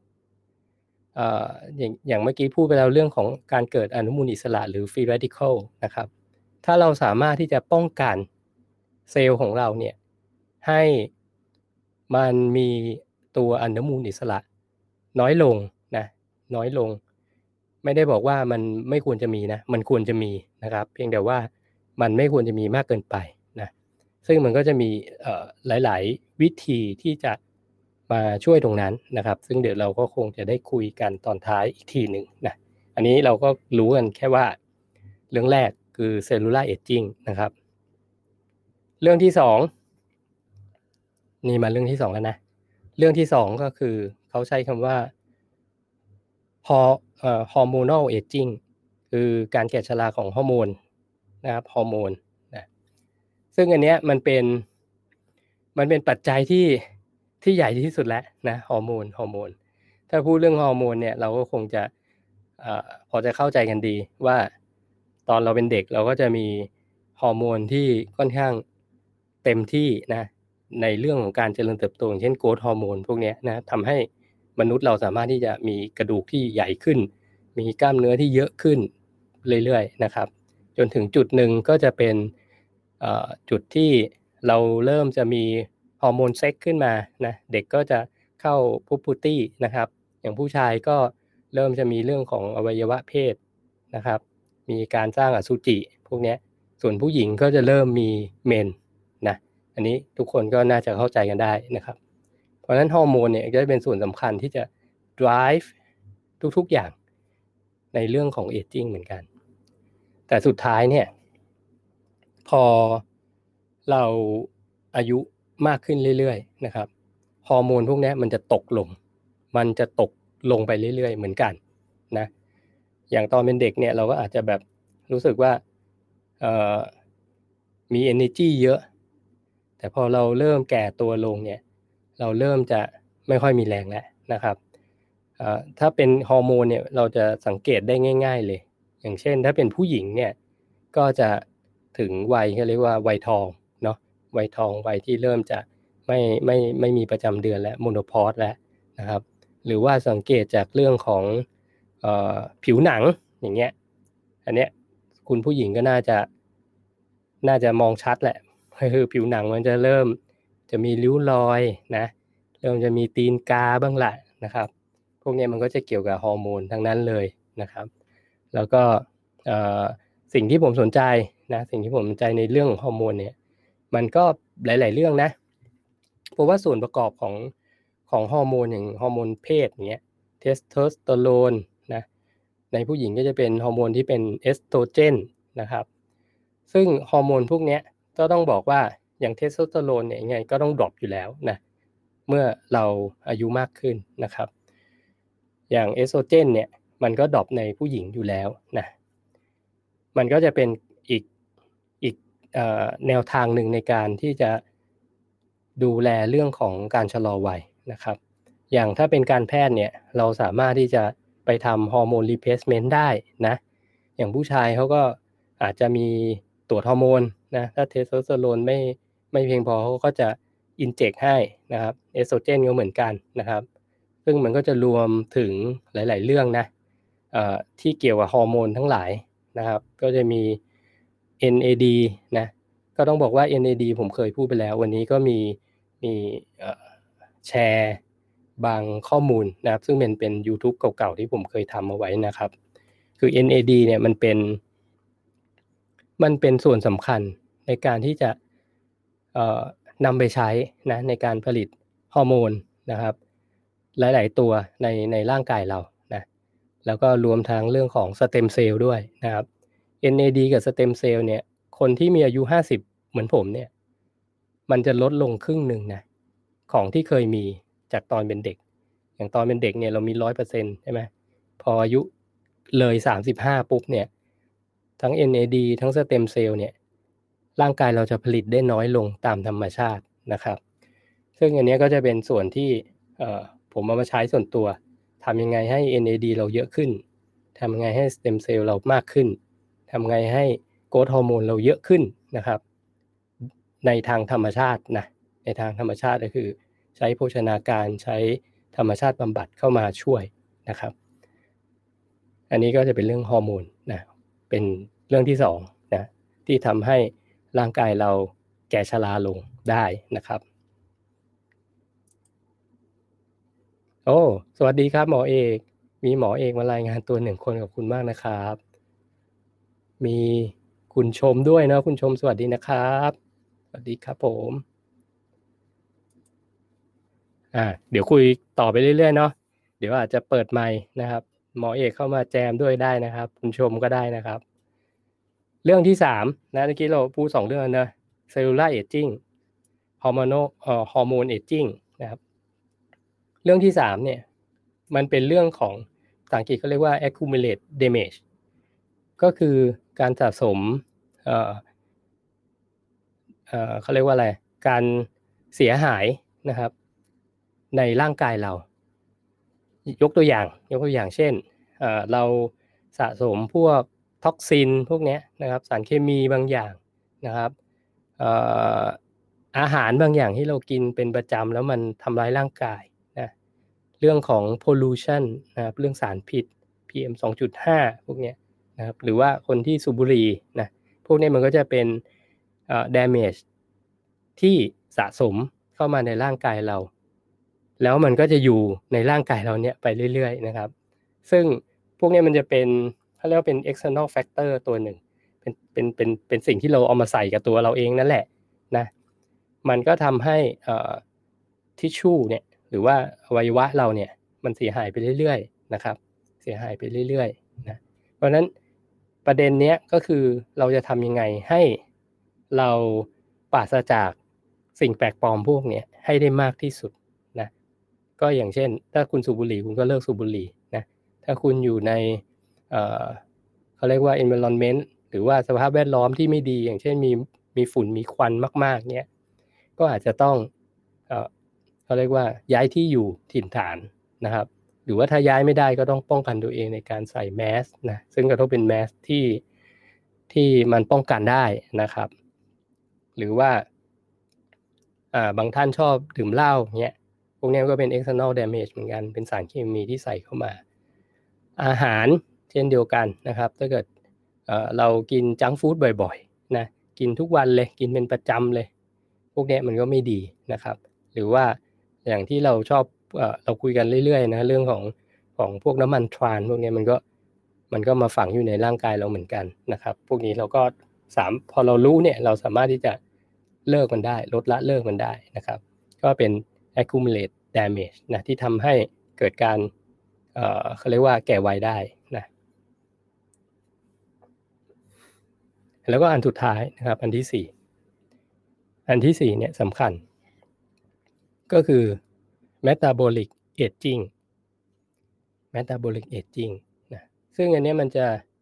อย่างเมื่อกี้พูดไปแล้วเรื่องของการเกิดอนุมูลอิสระหรือฟรีเรดิคอลนะครับถ้าเราสามารถที่จะป้องกันเซลล์ของเราเนี่ยให้มันมีตัวอนุมูลอิสระน้อยลงนะน้อยลงไม่ได้บอกว่ามันไม่ควรจะมีนะมันควรจะมีนะครับเพียงแต่ว่ามันไม่ควรจะมีมากเกินไปนะซึ่งมันก็จะมีหลายๆวิธีที่จะมาช่วยตรงนั้นนะครับซึ่งเดี๋ยวเราก็คงจะได้คุยกันตอนท้ายอีกทีหนึ่งนะอันนี้เราก็รู้กันแค่ว่าเรื่องแรกคือเซลลูลาร์เอจจิ้งนะครับเรื่องที่สองนี่มาเรื่องที่สองแล้วนะเรื่องที่สองก็คือเขาใช้คำว่าhormonal aging คือการแก่ชราของฮอร์โมนนะครับฮอร์โมนนะซึ่งอันเนี้ยมันเป็นปัจจัยที่ใหญ่ที่สุดแล้วนะฮอร์โมนถ้าพูดเรื่องฮอร์โมนเนี่ยเราก็คงจะพอจะเข้าใจกันดีว่าตอนเราเป็นเด็กเราก็จะมีฮอร์โมนที่ค่อนข้างเต็มที่นะในเรื่องของการเจริญเติบโตอย่างเช่นโกรทฮอร์โมนพวกนี้นะทำให้มนุษย์เราสามารถที่จะมีกระดูกที่ใหญ่ขึ้นมีกล้ามเนื้อที่เยอะขึ้นเรื่อยๆนะครับจนถึงจุดหนึ่งก็จะเป็นจุดที่เราเริ่มจะมีฮอร์โมนเซ็กขึ้นมานะเด็กก็จะเข้าพุบร์ตี้นะครับอย่างผู้ชายก็เริ่มจะมีเรื่องของอวัยวะเพศนะครับมีการสร้างอสุจิพวกนี้ส่วนผู้หญิงก็จะเริ่มมีเมนนะอันนี้ทุกคนก็น่าจะเข้าใจกันได้นะครับเพราะฉะนั้นฮอร์โมนเนี่ยจะเป็นส่วนสำคัญที่จะ drive ทุกๆอย่างในเรื่องของเอจจิ้งเหมือนกันแต่สุดท้ายเนี่ยพอเราอายุมากขึ้นเรื่อยๆนะครับฮอร์โมนพวกนี้มันจะตกลงไปเรื่อยๆเหมือนกันนะอย่างตอนเป็นเด็กเนี่ยเราก็อาจจะแบบรู้สึกว่ามี energy เยอะแต่พอเราเริ่มแก่ตัวลงเนี่ยเราเริ่มจะไม่ค่อยมีแรงแล้วนะครับถ้าเป็นฮอร์โมนเนี่ยเราจะสังเกตได้ง่ายๆเลยอย่างเช่นถ้าเป็นผู้หญิงเนี่ยก็จะถึงวัยเขาเรียกว่าวัยทองเนาะวัยทองวัยที่เริ่มจะไม่มีประจำเดือนแล้วโมโนพอสแล้วนะครับหรือว่าสังเกตจากเรื่องของผิวหนังอย่างเงี้ยอันเนี้ยคุณผู้หญิงก็น่าจะมองชัดแหละคือผิวหนังมันจะเริ่มจะมีริ้วรอยนะเริ่มจะมีตีนกาบ้างละนะครับพวกนี้มันก็จะเกี่ยวกับฮอร์โมนทั้งนั้นเลยนะครับแล้วก็สิ่งที่ผมสนใจนะสิ่งที่ผมสนใจในเรื่องของฮอร์โมนเนี่ยมันก็หลายๆเรื่องนะเพราะว่าส่วนประกอบของฮอร์โมนอย่างฮอร์โมนเพศอย่างเงี้ยเทสโทสเตอโรนนะในผู้หญิงก็จะเป็นฮอร์โมนที่เป็นเอสโตรเจนนะครับซึ่งฮอร์โมนพวกนี้ก็ต้องบอกว่าอย่างเทสโทสเตอโรนเนี่ยยังไงก็ต้องดรอปอยู่แล้วนะเมื่อเราอายุมากขึ้นนะครับอย่างเอสโตรเจนเนี่ยมันก็ดรอปในผู้หญิงอยู่แล้วนะมันก็จะเป็นอีกแนวทางหนึ่งในการที่จะดูแลเรื่องของการชะลอวัยนะครับอย่างถ้าเป็นการแพทย์เนี่ยเราสามารถที่จะไปทำฮอร์โมนรีเพลซเมนต์ได้นะอย่างผู้ชายเขาก็อาจจะมีตรวจฮอร์โมนนะถ้าเทสโทสเตอโรนไม่เพียงพอเขาก็จะอินเจกให้นะครับเอสโตรเจนก็เหมือนกันนะครับซึ่งมันก็จะรวมถึงหลายๆเรื่องนะที่เกี่ยวกับฮอร์โมนทั้งหลายนะครับก็จะมี NAD นะก็ต้องบอกว่า NAD ผมเคยพูดไปแล้ววันนี้ก็มีแชร์บางข้อมูลนะครับซึ่งเป็น YouTube เก่าๆที่ผมเคยทำเอาไว้นะครับคือ NAD เนี่ยมันเป็นส่วนสำคัญในการที่จะนำไปใช้นะในการผลิตฮอร์โมนนะครับหลายๆตัวในร่างกายเรานะแล้วก็รวมทั้งเรื่องของสเต็มเซลล์ด้วยนะครับ NAD กับสเต็มเซลล์เนี่ยคนที่มีอายุ50เหมือนผมเนี่ยมันจะลดลงครึ่งหนึ่งนะของที่เคยมีจากตอนเป็นเด็กอย่างตอนเป็นเด็กเนี่ยเรามี 100% ใช่ไหมพออายุเลย35ปุ๊บเนี่ยทั้ง NAD ทั้งสเต็มเซลล์เนี่ยร่างกายเราจะผลิตได้น้อยลงตามธรรมชาตินะครับซึ่งอันนี้ก็จะเป็นส่วนที่ผมเอามาใช้ส่วนตัวทำยังไงให้ NAD เราเยอะขึ้นทำยังไงให้สเต็มเซลล์เรามากขึ้นทำไงให้โกรทฮอร์โมนเราเยอะขึ้นนะครับในทางธรรมชาตินะในทางธรรมชาติก็คือใช้โภชนาการใช้ธรรมชาติบำบัดเข้ามาช่วยนะครับอันนี้ก็จะเป็นเรื่องฮอร์โมนนะเป็นเรื่องที่สองนะที่ทำให้ร่างกายเราแก่ชราลงได้นะครับโอ้สวัสดีครับหมอเอกมีหมอเอกมารายงานตัวหนึ่งคนกับคุณมากนะครับมีคุณชมด้วยนะคุณชมสวัสดีนะครับสวัสดีครับผมเดี๋ยวคุยต่อไปเรื่อยๆเนาะเดี๋ยวอาจจะเปิดไมค์นะครับหมอเอกเข้ามาแจมด้วยได้นะครับคุณชมก็ได้นะครับเรื่องที่3นะเมื่อกี้เราพูด2เรื่องนะ cellular aging hormone aging นะครับเรื่องที่3เนี่ยมันเป็นเรื่องของภาษาอังกฤษเขาเรียกว่า accumulate damage ก็คือการสะสมเขาเรียกว่าอะไรการเสียหายนะครับในร่างกายเรายกตัวอย่างเช่นเราสะสมพวกท็อกซินพวกนี้นะครับสารเคมีบางอย่างนะครับอาหารบางอย่างที่เรากินเป็นประจำแล้วมันทำร้ายร่างกายนะเรื่องของ pollution นะครับเรื่องสารพิษ PM 2.5พวกนี้นะครับหรือว่าคนที่สูบบุหรี่นะพวกนี้มันก็จะเป็นdamage ที่สะสมเข้ามาในร่างกายเราแล้วมันก็จะอยู่ในร่างกายเราเนี่ยไปเรื่อยๆนะครับซึ่งพวกนี้มันจะเป็นเขาเรียกว่าเป็น external factor ตัวหนึ่งเป็นสิ่งที่เราเอามาใส่กับตัวเราเองนั่นแหละนะมันก็ทำให้ทิชชู่เนี่ยหรือว่าอวัยวะเราเนี่ยมันเสียหายไปเรื่อยๆนะครับเสียหายไปเรื่อยๆนะเพราะฉะนั้นประเด็นเนี้ยก็คือเราจะทำยังไงให้เราปราศจากสิ่งแปลกปลอมพวกนี้ให้ได้มากที่สุดนะก็อย่างเช่นถ้าคุณสูบบุหรี่คุณก็เลิกสูบบุหรี่นะถ้าคุณอยู่ในเขาเรียกว่า environment หรือว่าสภาพแวดล้อมที่ไม่ดีอย่างเช่นมีฝุ่นมีควันมากๆเนี่ยก็อาจจะต้องเขาเรียกว่าย้ายที่อยู่ถิ่นฐานนะครับหรือว่าถ้าย้ายไม่ได้ก็ต้องป้องกันตัวเองในการใส่แมสนะซึ่งก็ต้องเป็นแมสที่มันป้องกันได้นะครับหรือว่าบางท่านชอบดื่มเหล้าเนี่ยพวกนี้ก็เป็น external damage เหมือนกันเป็นสารเคมีที่ใส่เข้ามาอาหารเช่นเดียวกันนะครับถ้าเกิดเรากินจังก์ฟู้ดบ่อยๆนะกินทุกวันเลยกินเป็นประจำเลยพวกนี้มันก็ไม่ดีนะครับหรือว่าอย่างที่เราชอบเราคุยกันเรื่อยๆนะเรื่องของพวกน้ำมันทรานพวกนี้มันก็มาฝังอยู่ในร่างกายเราเหมือนกันนะครับพวกนี้เราก็พอเรารู้เนี่ยเราสามารถที่จะเลิกมันได้ลดละเลิกมันได้นะครับก็เป็น accumulate damage นะที่ทำให้เกิดการเขาเรียกว่าแก่วัยได้นะแล้วก็อันสุดท้ายนะครับอันที่4เนี่ยสำคัญก็คือ metabolic aging metabolic aging นะซึ่งอันนี้มันจะ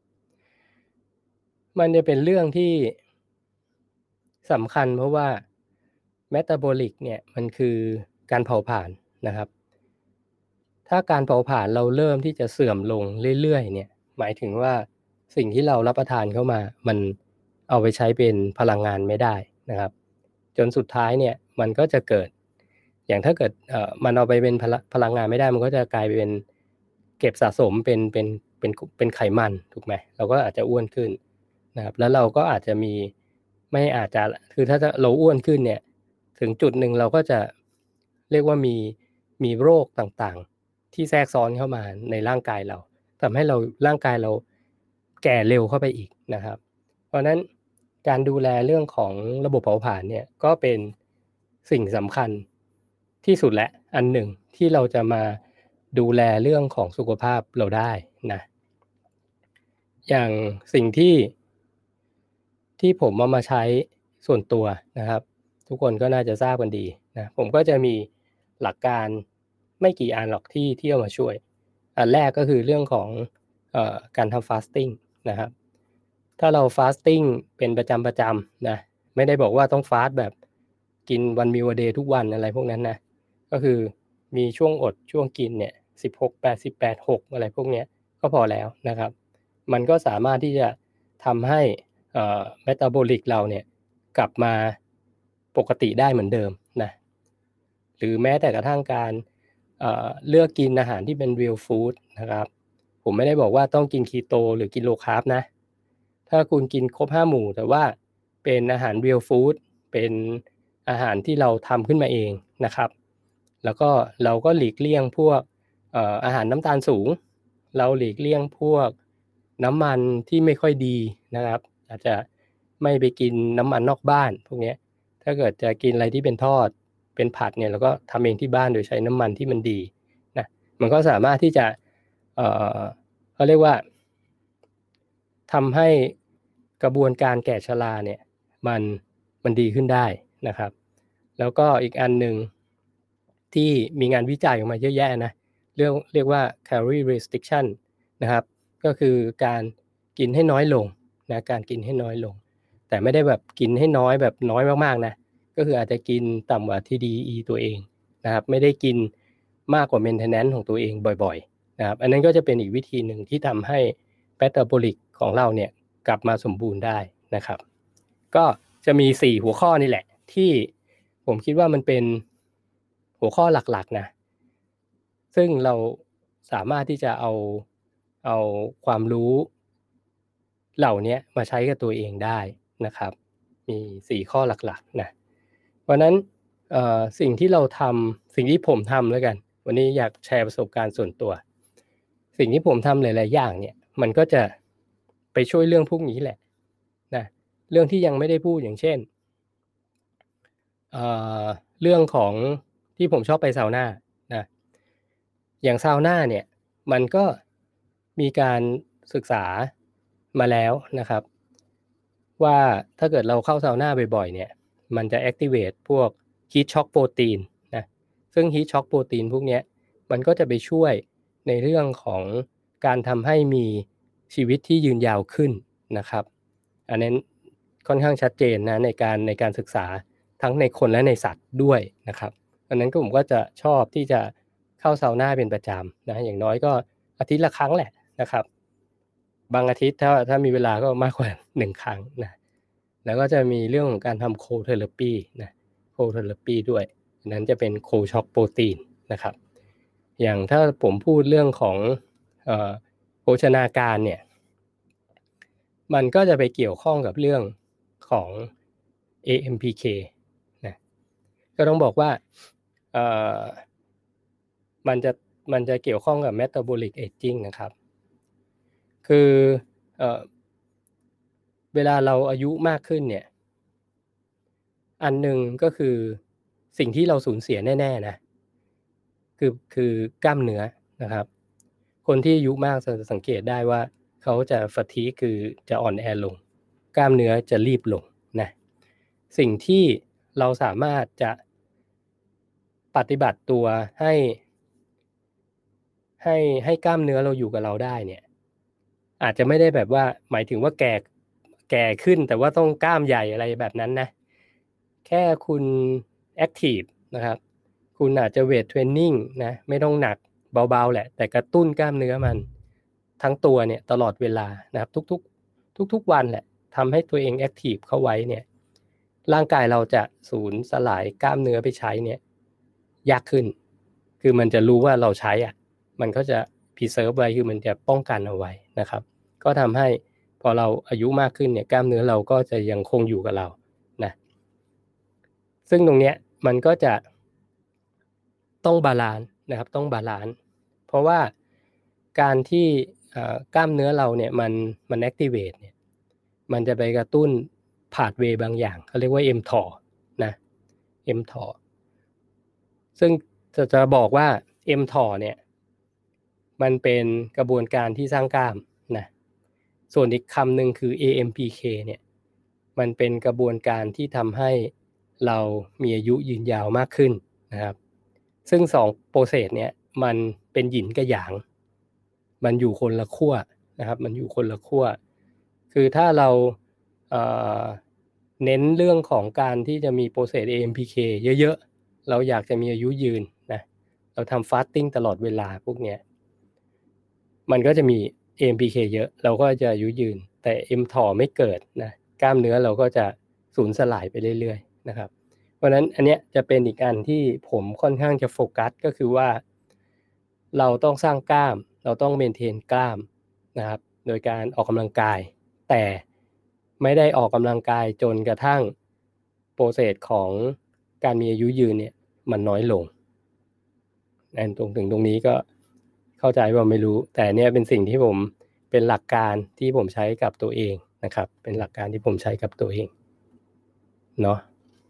เป็นเรื่องที่สำคัญเพราะว่า metabolic เนี่ยมันคือการเผาผลาญนะครับถ้าการเผาผลาญเราเริ่มที่จะเสื่อมลงเรื่อยๆเนี่ยหมายถึงว่าสิ่งที่เรารับประทานเข้ามามันเอาไปใช้เป็นพลังงานไม่ได้นะครับจนสุดท้ายเนี่ยมันก็จะเกิดอย่างถ้าเกิดมันเอาไปเป็นพลังงานไม่ได้มันก็จะกลายเป็นเก็บสะสมเป็นไขมันถูกไหมเราก็อาจจะอ้วนขึ้นนะครับแล้วเราก็อาจจะมีไม่อาจจะคือถ้าเราอ้วนขึ้นเนี่ยถึงจุดหนึ่งเราก็จะเรียกว่ามีโรคต่างๆที่แทรกซ้อนเข้ามาในร่างกายเราทำให้ร่างกายเราแก่เร็วเข้าไปอีกนะครับเพราะนั้นการดูแลเรื่องของระบบเผาผลาญเนี่ยก็เป็นสิ่งสำคัญที่สุดและอันหนึ่งที่เราจะมาดูแลเรื่องของสุขภาพเราได้นะอย่างสิ่งที่ผมเอามาใช้ส่วนตัวนะครับทุกคนก็น่าจะทราบกันดีนะผมก็จะมีหลักการไม่กี่อันหรอกที่เอามาช่วยอันแรกก็คือเรื่องของการทำฟาสติ้งนะครับถ้าเราฟาสติ้งเป็นประจำนะไม่ได้บอกว่าต้องฟาสแบบกินวันมิวเดย์ทุกวันอะไรพวกนั้นนะก็คือมีช่วงอดช่วงกินเนี่ย16 8 18 6อะไรพวกนี้ก็พอแล้วนะครับมันก็สามารถที่จะทำให้เมตาบอลิกเราเนี่ยกลับมาปกติได้เหมือนเดิมนะหรือแม้แต่กระทั่งการเลือกกินอาหารที่เป็น real food นะครับผมไม่ได้บอกว่าต้องกินคีโตหรือกินโลคาร์บนะถ้าคุณกินครบ5หมู่แต่ว่าเป็นอาหาร real food เป็นอาหารที่เราทำขึ้นมาเองนะครับแล้วก็เราก็หลีกเลี่ยงพวกอาหารน้ำตาลสูงเราหลีกเลี่ยงพวกน้ำมันที่ไม่ค่อยดีนะครับอาจจะไม่ไปกินน้ำมันนอกบ้านพวกนี้ถ้าเกิดจะกินอะไรที่เป็นทอดเป็นผัดเนี่ยเราก็ทำเองที่บ้านโดยใช้น้ำมันที่มันดีนะมันก็สามารถที่จะเขาเรียกว่าทำให้กระบวนการแก่ชราเนี่ยมันดีขึ้นได้นะครับแล้วก็อีกอันหนึ่งที่มีงานวิจัยออกมาเยอะแยะนะเรียกว่า calorie restriction นะครับก็คือการกินให้น้อยลงนะการกินให้น้อยลงแต่ไม่ได้แบบกินให้น้อยแบบน้อยมากๆนะก็คืออาจจะกินต่ำกว่า TDE ตัวเองนะครับไม่ได้กินมากกว่า maintenance ของตัวเองบ่อยๆนะครับอันนั้นก็จะเป็นอีกวิธีหนึ่งที่ทำให้ metabolic ของเราเนี่ยกลับมาสมบูรณ์ได้นะครับก็จะมี4หัวข้อนี่แหละที่ผมคิดว่ามันเป็นหัวข้อหลักๆนะซึ่งเราสามารถที่จะเอาความรู้เหล่านี้มาใช้กับตัวเองได้นะครับมี4ข้อหลักๆนะเพราะนั้นสิ่งที่ผมทำแล้วกันวันนี้อยากแชร์ประสบการณ์ส่วนตัวสิ่งที่ผมทำหลายๆอย่างเนี่ยมันก็จะไปช่วยเรื่องพวกนี้แหละนะเรื่องที่ยังไม่ได้พูดอย่างเช่นเรื่องของที่ผมชอบไปซาวน่านะอย่างซาวน่าเนี่ยมันก็มีการศึกษามาแล้วนะครับว่าถ้าเกิดเราเข้าซาวน่าบ่อยๆเนี่ยมันจะ activate พวก heat shock protein นะซึ่ง heat shock protein พวกนี้มันก็จะไปช่วยในเรื่องของการทำให้มีชีวิตที่ยืนยาวขึ้นนะครับอันนั้นค่อนข้างชัดเจนนะในการศึกษาทั้งในคนและในสัตว์ด้วยนะครับอันนั้นผมก็จะชอบที่จะเข้าซาวน่าเป็นประจำนะอย่างน้อยก็อาทิตย์ละครั้งแหละนะครับบางอาทิตย์ถ้ามีเวลาก็มากกว่า1ครั้งนะแล้วก็จะมีเรื่องของการทำ cold therapy นะ cold therapy ด้วยอันนั้นจะเป็น cold shock protein นะครับอย่างถ้าผมพูดเรื่องของโภชนาการเนี่ยมันก็จะไปเกี่ยวข้องกับเรื่องของ AMPK นะก็ต้องบอกว่ามันจะเกี่ยวข้องกับ metabolic aging นะครับคือเวลาเราอายุมากขึ้นเนี่ยอันหนึ่งก็คือสิ่งที่เราสูญเสียแน่ๆนะคือกล้ามเนื้อนะครับคนที่อายุมากจะสังเกตได้ว่าเขาจะ fatigue คือจะอ่อนแอลงกล้ามเนื้อจะรีบลงนะสิ่งที่เราสามารถจะปฏิบัติตัวให้กล้ามเนื้อเราอยู่กับเราได้เนี่ยอาจจะไม่ได้แบบว่าหมายถึงว่าแก่ขึ้นแต่ว่าต้องกล้ามใหญ่อะไรแบบนั้นนะแค่คุณแอคทีฟนะครับคุณอาจจะเวทเทรนนิ่งนะไม่ต้องหนักเบาๆแหละแต่กระตุ้นกล้ามเนื้อมันทั้งตัวเนี่ยตลอดเวลานะครับทุกวันแหละทำให้ตัวเองแอคทีฟเข้าไว้เนี่ยร่างกายเราจะสูญสลายกล้ามเนื้อไปใช้เนี่ยยากขึ้นคือมันจะรู้ว่าเราใช้อ่ะมันก็จะ preserve ไว้คือมันจะป้องกันเอาไว้นะครับก็ทำให้พอเราอายุมากขึ้นเนี่ยกล้ามเนื้อเราก็จะยังคงอยู่กับเรานะซึ่งตรงเนี้ยมันก็จะต้องบาลานซ์นะครับต้องบาลานซ์เพราะว่าการที่กล้ามเนื้อเราเนี่ยมัน activate เนี่ยมันจะไปกระตุ้นพาธเวย์บางอย่างเขาเรียกว่า mTOR นะ mTOR ซึ่งจะบอกว่า mTOR เนี่ยมันเป็นกระบวนการที่สร้างกล้ามนะส่วนอีกคำหนึ่งคือ AMPK เนี่ยมันเป็นกระบวนการที่ทำให้เรามีอายุยืนยาวมากขึ้นนะครับซึ่ง2โปรเซสเนี่ยมันเป็นหยินกับหยางมันอยู่คนละขั้วนะครับมันอยู่คนละขั้วคือถ้าเราเน้นเรื่องของการที่จะมีโปรเซส AMPK เยอะๆเราอยากจะมีอายุยืนนะเราทำฟาสติ้งตลอดเวลาพวกเนี้ยมันก็จะมี AMPK เยอะเราก็จะอายุยืนแต่ mTOR ไม่เกิดนะกล้ามเนื้อเราก็จะสูญสลายไปเรื่อยๆนะครับเพราะฉะนั้นอันเนี้ยจะเป็นอีกอันที่ผมค่อนข้างจะโฟกัสก็คือว่าเราต้องสร้างกล้ามเราต้องเมนเทนกล้ามนะครับโดยการออกกำลังกายแต่ไม่ได้ออกกำลังกายจนกระทั่งโปรเซสของการมีอายุยืนเนี่ยมันน้อยลงตรงนี้ก็เข้าใจว่าไม่รู้แต่เนี่ยเป็นสิ่งที่ผมเป็นหลักการที่ผมใช้กับตัวเองนะครับเป็นหลักการที่ผมใช้กับตัวเองเนาะ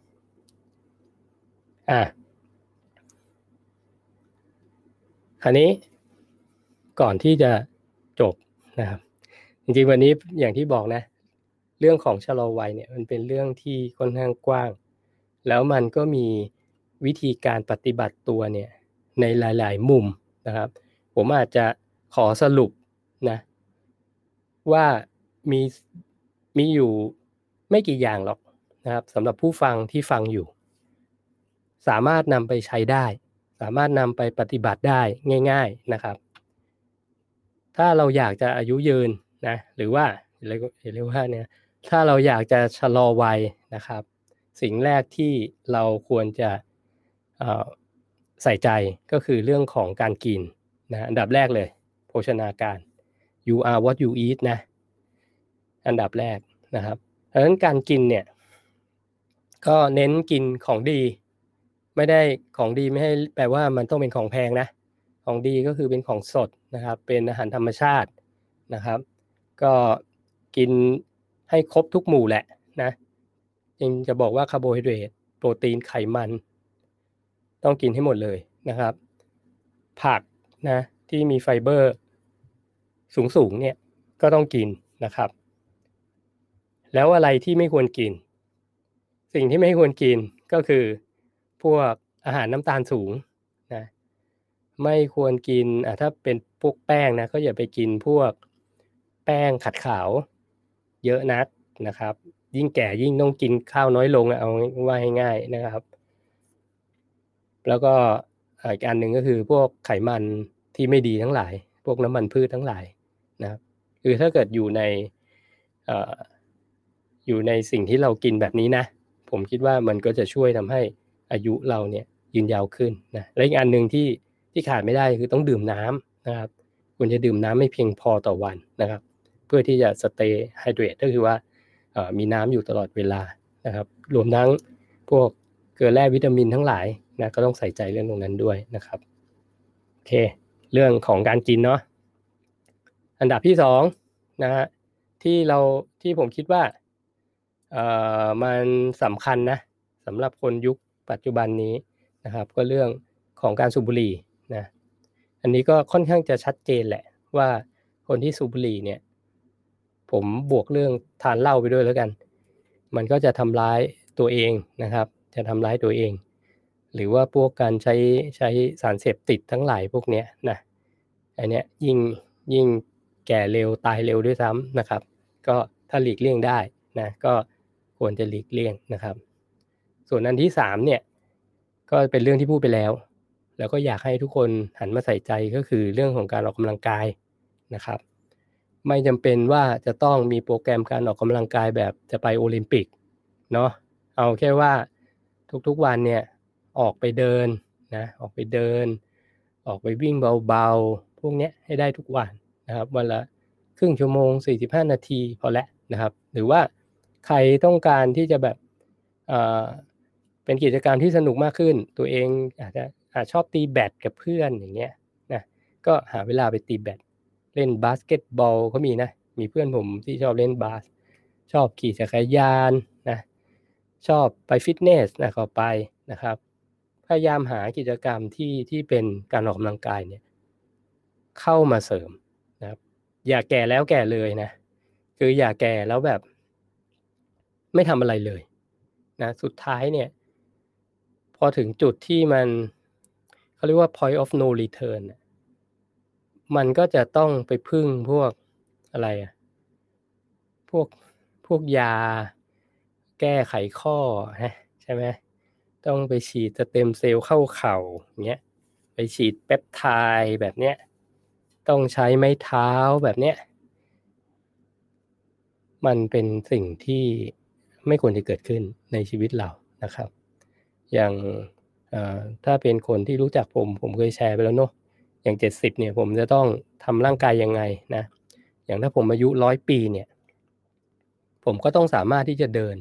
คราวนี้ก่อนที่จะจบนะครับจริงๆวันนี้อย่างที่บอกนะเรื่องของชะลอวัยเนี่ยมันเป็นเรื่องที่ค่อนข้างกว้างแล้วมันก็มีวิธีการปฏิบัติตัวเนี่ยในหลายๆมุมนะครับผมอาจจะขอสรุปนะว่ามีมีอยู่ไม่กี่อย่างหรอกนะครับสำหรับผู้ฟังที่ฟังอยู่สามารถนำไปใช้ได้สามารถนำไปปฏิบัติได้ง่ายๆนะครับถ้าเราอยากจะอายุยืนนะหรือว่าเรียกว่าเนี่ยถ้าเราอยากจะชะลอวัยนะครับสิ่งแรกที่เราควรจะใส่ใจก็คือเรื่องของการกินนะอันดับแรกเลยโภชนาการ you are what you eat นะอันดับแรกนะครับเพราะฉะนั้นการกินเนี่ยก็เน้นกินของดีไม่ได้ของดีไม่ให้แปลว่ามันต้องเป็นของแพงนะของดีก็คือเป็นของสดนะครับเป็นอาหารธรรมชาตินะครับก็กินให้ครบทุกหมู่แหละนะจริงจะบอกว่าคาร์โบไฮเดรตโปรตีนไขมันต้องกินให้หมดเลยนะครับผักนะที่มีไฟเบอร์สูงเนี่ยก็ต้องกินนะครับแล้วอะไรที่ไม่ควรกินสิ่งที่ไม่ควรกินก็คือพวกอาหารน้ำตาลสูงนะไม่ควรกินถ้าเป็นพวกแป้งนะก็อย่าไปกินพวกแป้งขัดขาวเยอะนักนะครับยิ่งแก่ยิ่งต้องกินข้าวน้อยลงเอาว่าให้ง่ายนะครับแล้วก็อีกอันหนึ่งก็คือพวกไขมันที่ไม่ดีทั้งหลายพวกน้ำมันพืชทั้งหลายนะครับคือถ้าเกิดอยู่ในสิ่งที่เรากินแบบนี้นะผมคิดว่ามันก็จะช่วยทำให้อายุเราเนี่ยยืนยาวขึ้นนะและอีกอันหนึ่งที่ขาดไม่ได้คือต้องดื่มน้ำนะครับควรจะดื่มน้ำไม่เพียงพอต่อวันนะครับเพื่อที่จะ stay hydrate ก็คือว่ามีน้ำอยู่ตลอดเวลานะครับรวมทั้งพวกเกลือแร่วิตามินทั้งหลายนะก็ต้องใส่ใจเรื่องตรงนั้นด้วยนะครับโอเคเรื่องของการกินเนาะอันดับที่สองนะฮะที่ผมคิดว่ามันสำคัญนะสำหรับคนยุคปัจจุบันนี้นะครับก็เรื่องของการสูบบุหรี่นะอันนี้ก็ค่อนข้างจะชัดเจนแหละว่าคนที่สูบบุหรี่เนี่ยผมบวกเรื่องทานเหล้าไปด้วยแล้วกันมันก็จะทำร้ายตัวเองนะครับจะทำร้ายตัวเองหรือว่าพวกการใช้สารเสพติดทั้งหลายพวกเนี้ยนะอันเนี้ยยิ่งแก่เร็วตายเร็วด้วยซ้ำนะครับก็ถ้าหลีกเลี่ยงได้นะก็ควรจะหลีกเลี่ยงนะครับส่วนอันที่3เนี่ยก็เป็นเรื่องที่พูดไปแล้วแล้วก็อยากให้ทุกคนหันมาใส่ใจก็คือเรื่องของการออกกำลังกายนะครับไม่จำเป็นว่าจะต้องมีโปรแกรมการออกกำลังกายแบบจะไปโอลิมปิกเนาะเอาแค่ว่าทุกๆวันเนี่ยออกไปเดินนะออกไปเดินออกไปวิ่งเบาๆพวกนี้ให้ได้ทุกวันนะครับวันละครึ่งชั่วโมง45นาทีพอแล้วนะครับหรือว่าใครต้องการที่จะแบบเป็นกิจกรรมที่สนุกมากขึ้นตัวเองอาจชอบตีแบดกับเพื่อนอย่างเงี้ยนะก็หาเวลาไปตีแบดเล่นบาสเกตบอลเขามีนะมีเพื่อนผมที่ชอบเล่นบาสชอบขี่จักรยานนะชอบไปฟิตเนสนะก็ไปนะครับพยายามหากิจกรรมที่เป็นการออกกำลังกายเนี่ยเข้ามาเสริมนะครับอย่าแก่แล้วแก่เลยนะคืออย่าแก่แล้วแบบไม่ทำอะไรเลยนะสุดท้ายเนี่ยพอถึงจุดที่มันเขาเรียกว่า point of no return มันก็จะต้องไปพึ่งพวกอะไรพวกพวกยาแก้ไขข้อนะใช่ไหมต้องไปฉีดสเต็มเซลล์เข้าเข่าอย่างเงี้ยไปฉีดเปปไทด์แบบเนี้ยต้องใช้ไม้เท้าแบบเนี้ยมันเป็นสิ่งที่ไม่ควรจะเกิดขึ้นในชีวิตเรานะครับอย่างถ้าเป็นคนที่รู้จักผมเคยแชร์ไปแล้วเนาะอย่าง70เนี่ยผมจะต้องทำร่างกายยังไงนะอย่างถ้าผมอายุ100ปีเนี่ยผมก็ต้องสามารถที่จะเดิน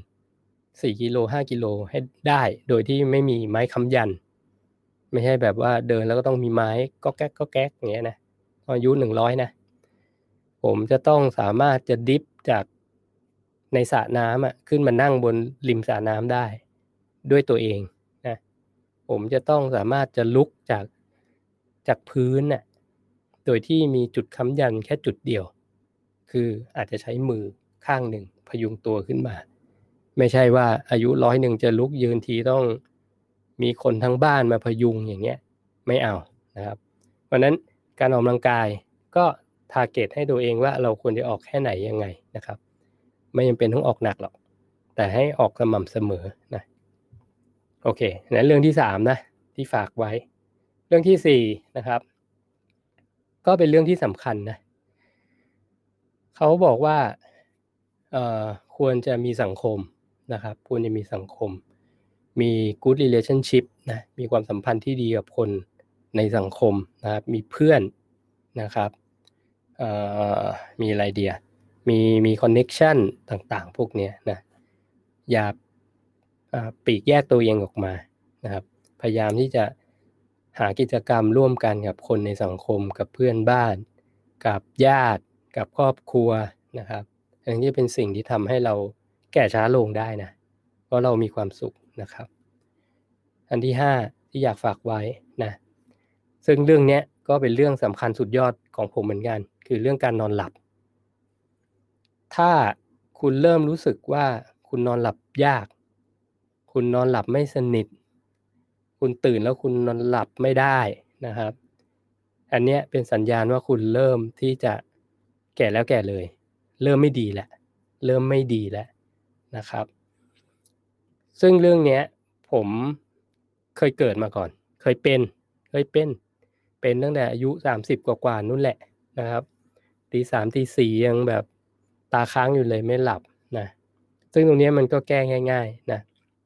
4กิโล5กิโลให้ได้โดยที่ไม่มีไม้ค้ำยันไม่ใช่แบบว่าเดินแล้วก็ต้องมีไม้ก๊อกแก๊กก๊อกแก๊กอย่างเงี้ยนะอายุ100นะผมจะต้องสามารถจะดิฟจากในสระน้ำขึ้นมานั่งบนริมสระน้ำได้ด้วยตัวเองนะผมจะต้องสามารถจะลุกจากพื้นน่ะโดยที่มีจุดค้ำยันแค่จุดเดียวคืออาจจะใช้มือข้างหนึ่งพยุงตัวขึ้นมาไม่ใช่ว่าอายุ100จะลุกยืนทีต้องมีคนทั้งบ้านมาพยุงอย่างเงี้ยไม่เอานะครับเพราะนั้นการออกกำลังกายก็ทาร์เก็ตให้ตัวเองว่าเราควรจะออกแค่ไหนยังไงนะครับไม่จำเป็นต้องออกหนักหรอกแต่ให้ออกสม่ำเสมอนะโอเคนั้นเรื่องที่3นะที่ฝากไว้เรื่องที่4นะครับก็เป็นเรื่องที่สำคัญนะเขาบอกว่าควรจะมีสังคมนะครับควรจะมีสังคมมี good relationship นะมีความสัมพันธ์ที่ดีกับคนในสังคมนะครับมีเพื่อนนะครับมีอะไรเดียมีคอนเน็กชันต่างๆพวกนี้นะอย่าปลีกแยกตัวเองออกมานะครับพยายามที่จะหากิจกรรมร่วมกันกับคนในสังคมกับเพื่อนบ้านกับญาติกับครอบครัวนะครับอันนี้เป็นสิ่งที่ทำให้เราแก่ช้าลงได้นะเพราะเรามีความสุขนะครับอันที่5ที่อยากฝากไว้นะซึ่งเรื่องนี้ก็เป็นเรื่องสำคัญสุดยอดของผมเหมือนกันคือเรื่องการนอนหลับถ้าคุณเริ่มรู้สึกว่าคุณนอนหลับยากคุณนอนหลับไม่สนิทคุณตื่นแล้วคุณนอนหลับไม่ได้นะครับอันนี้เป็นสัญญาณว่าคุณเริ่มที่จะแก่แล้วแก่เลยเริ่มไม่ดีแล้วเริ่มไม่ดีแล้วนะครับซึ่งเรื่องนี้ผมเคยเกิดมาก่อนเคยเป็นตั้งแต่อายุ30กว่าๆนู่นแหละนะครับตี3ตี4ยังแบบตาค้างอยู่เลยไม่หลับนะซึ่งตรงนี้มันก็แก้ง่ายๆนะ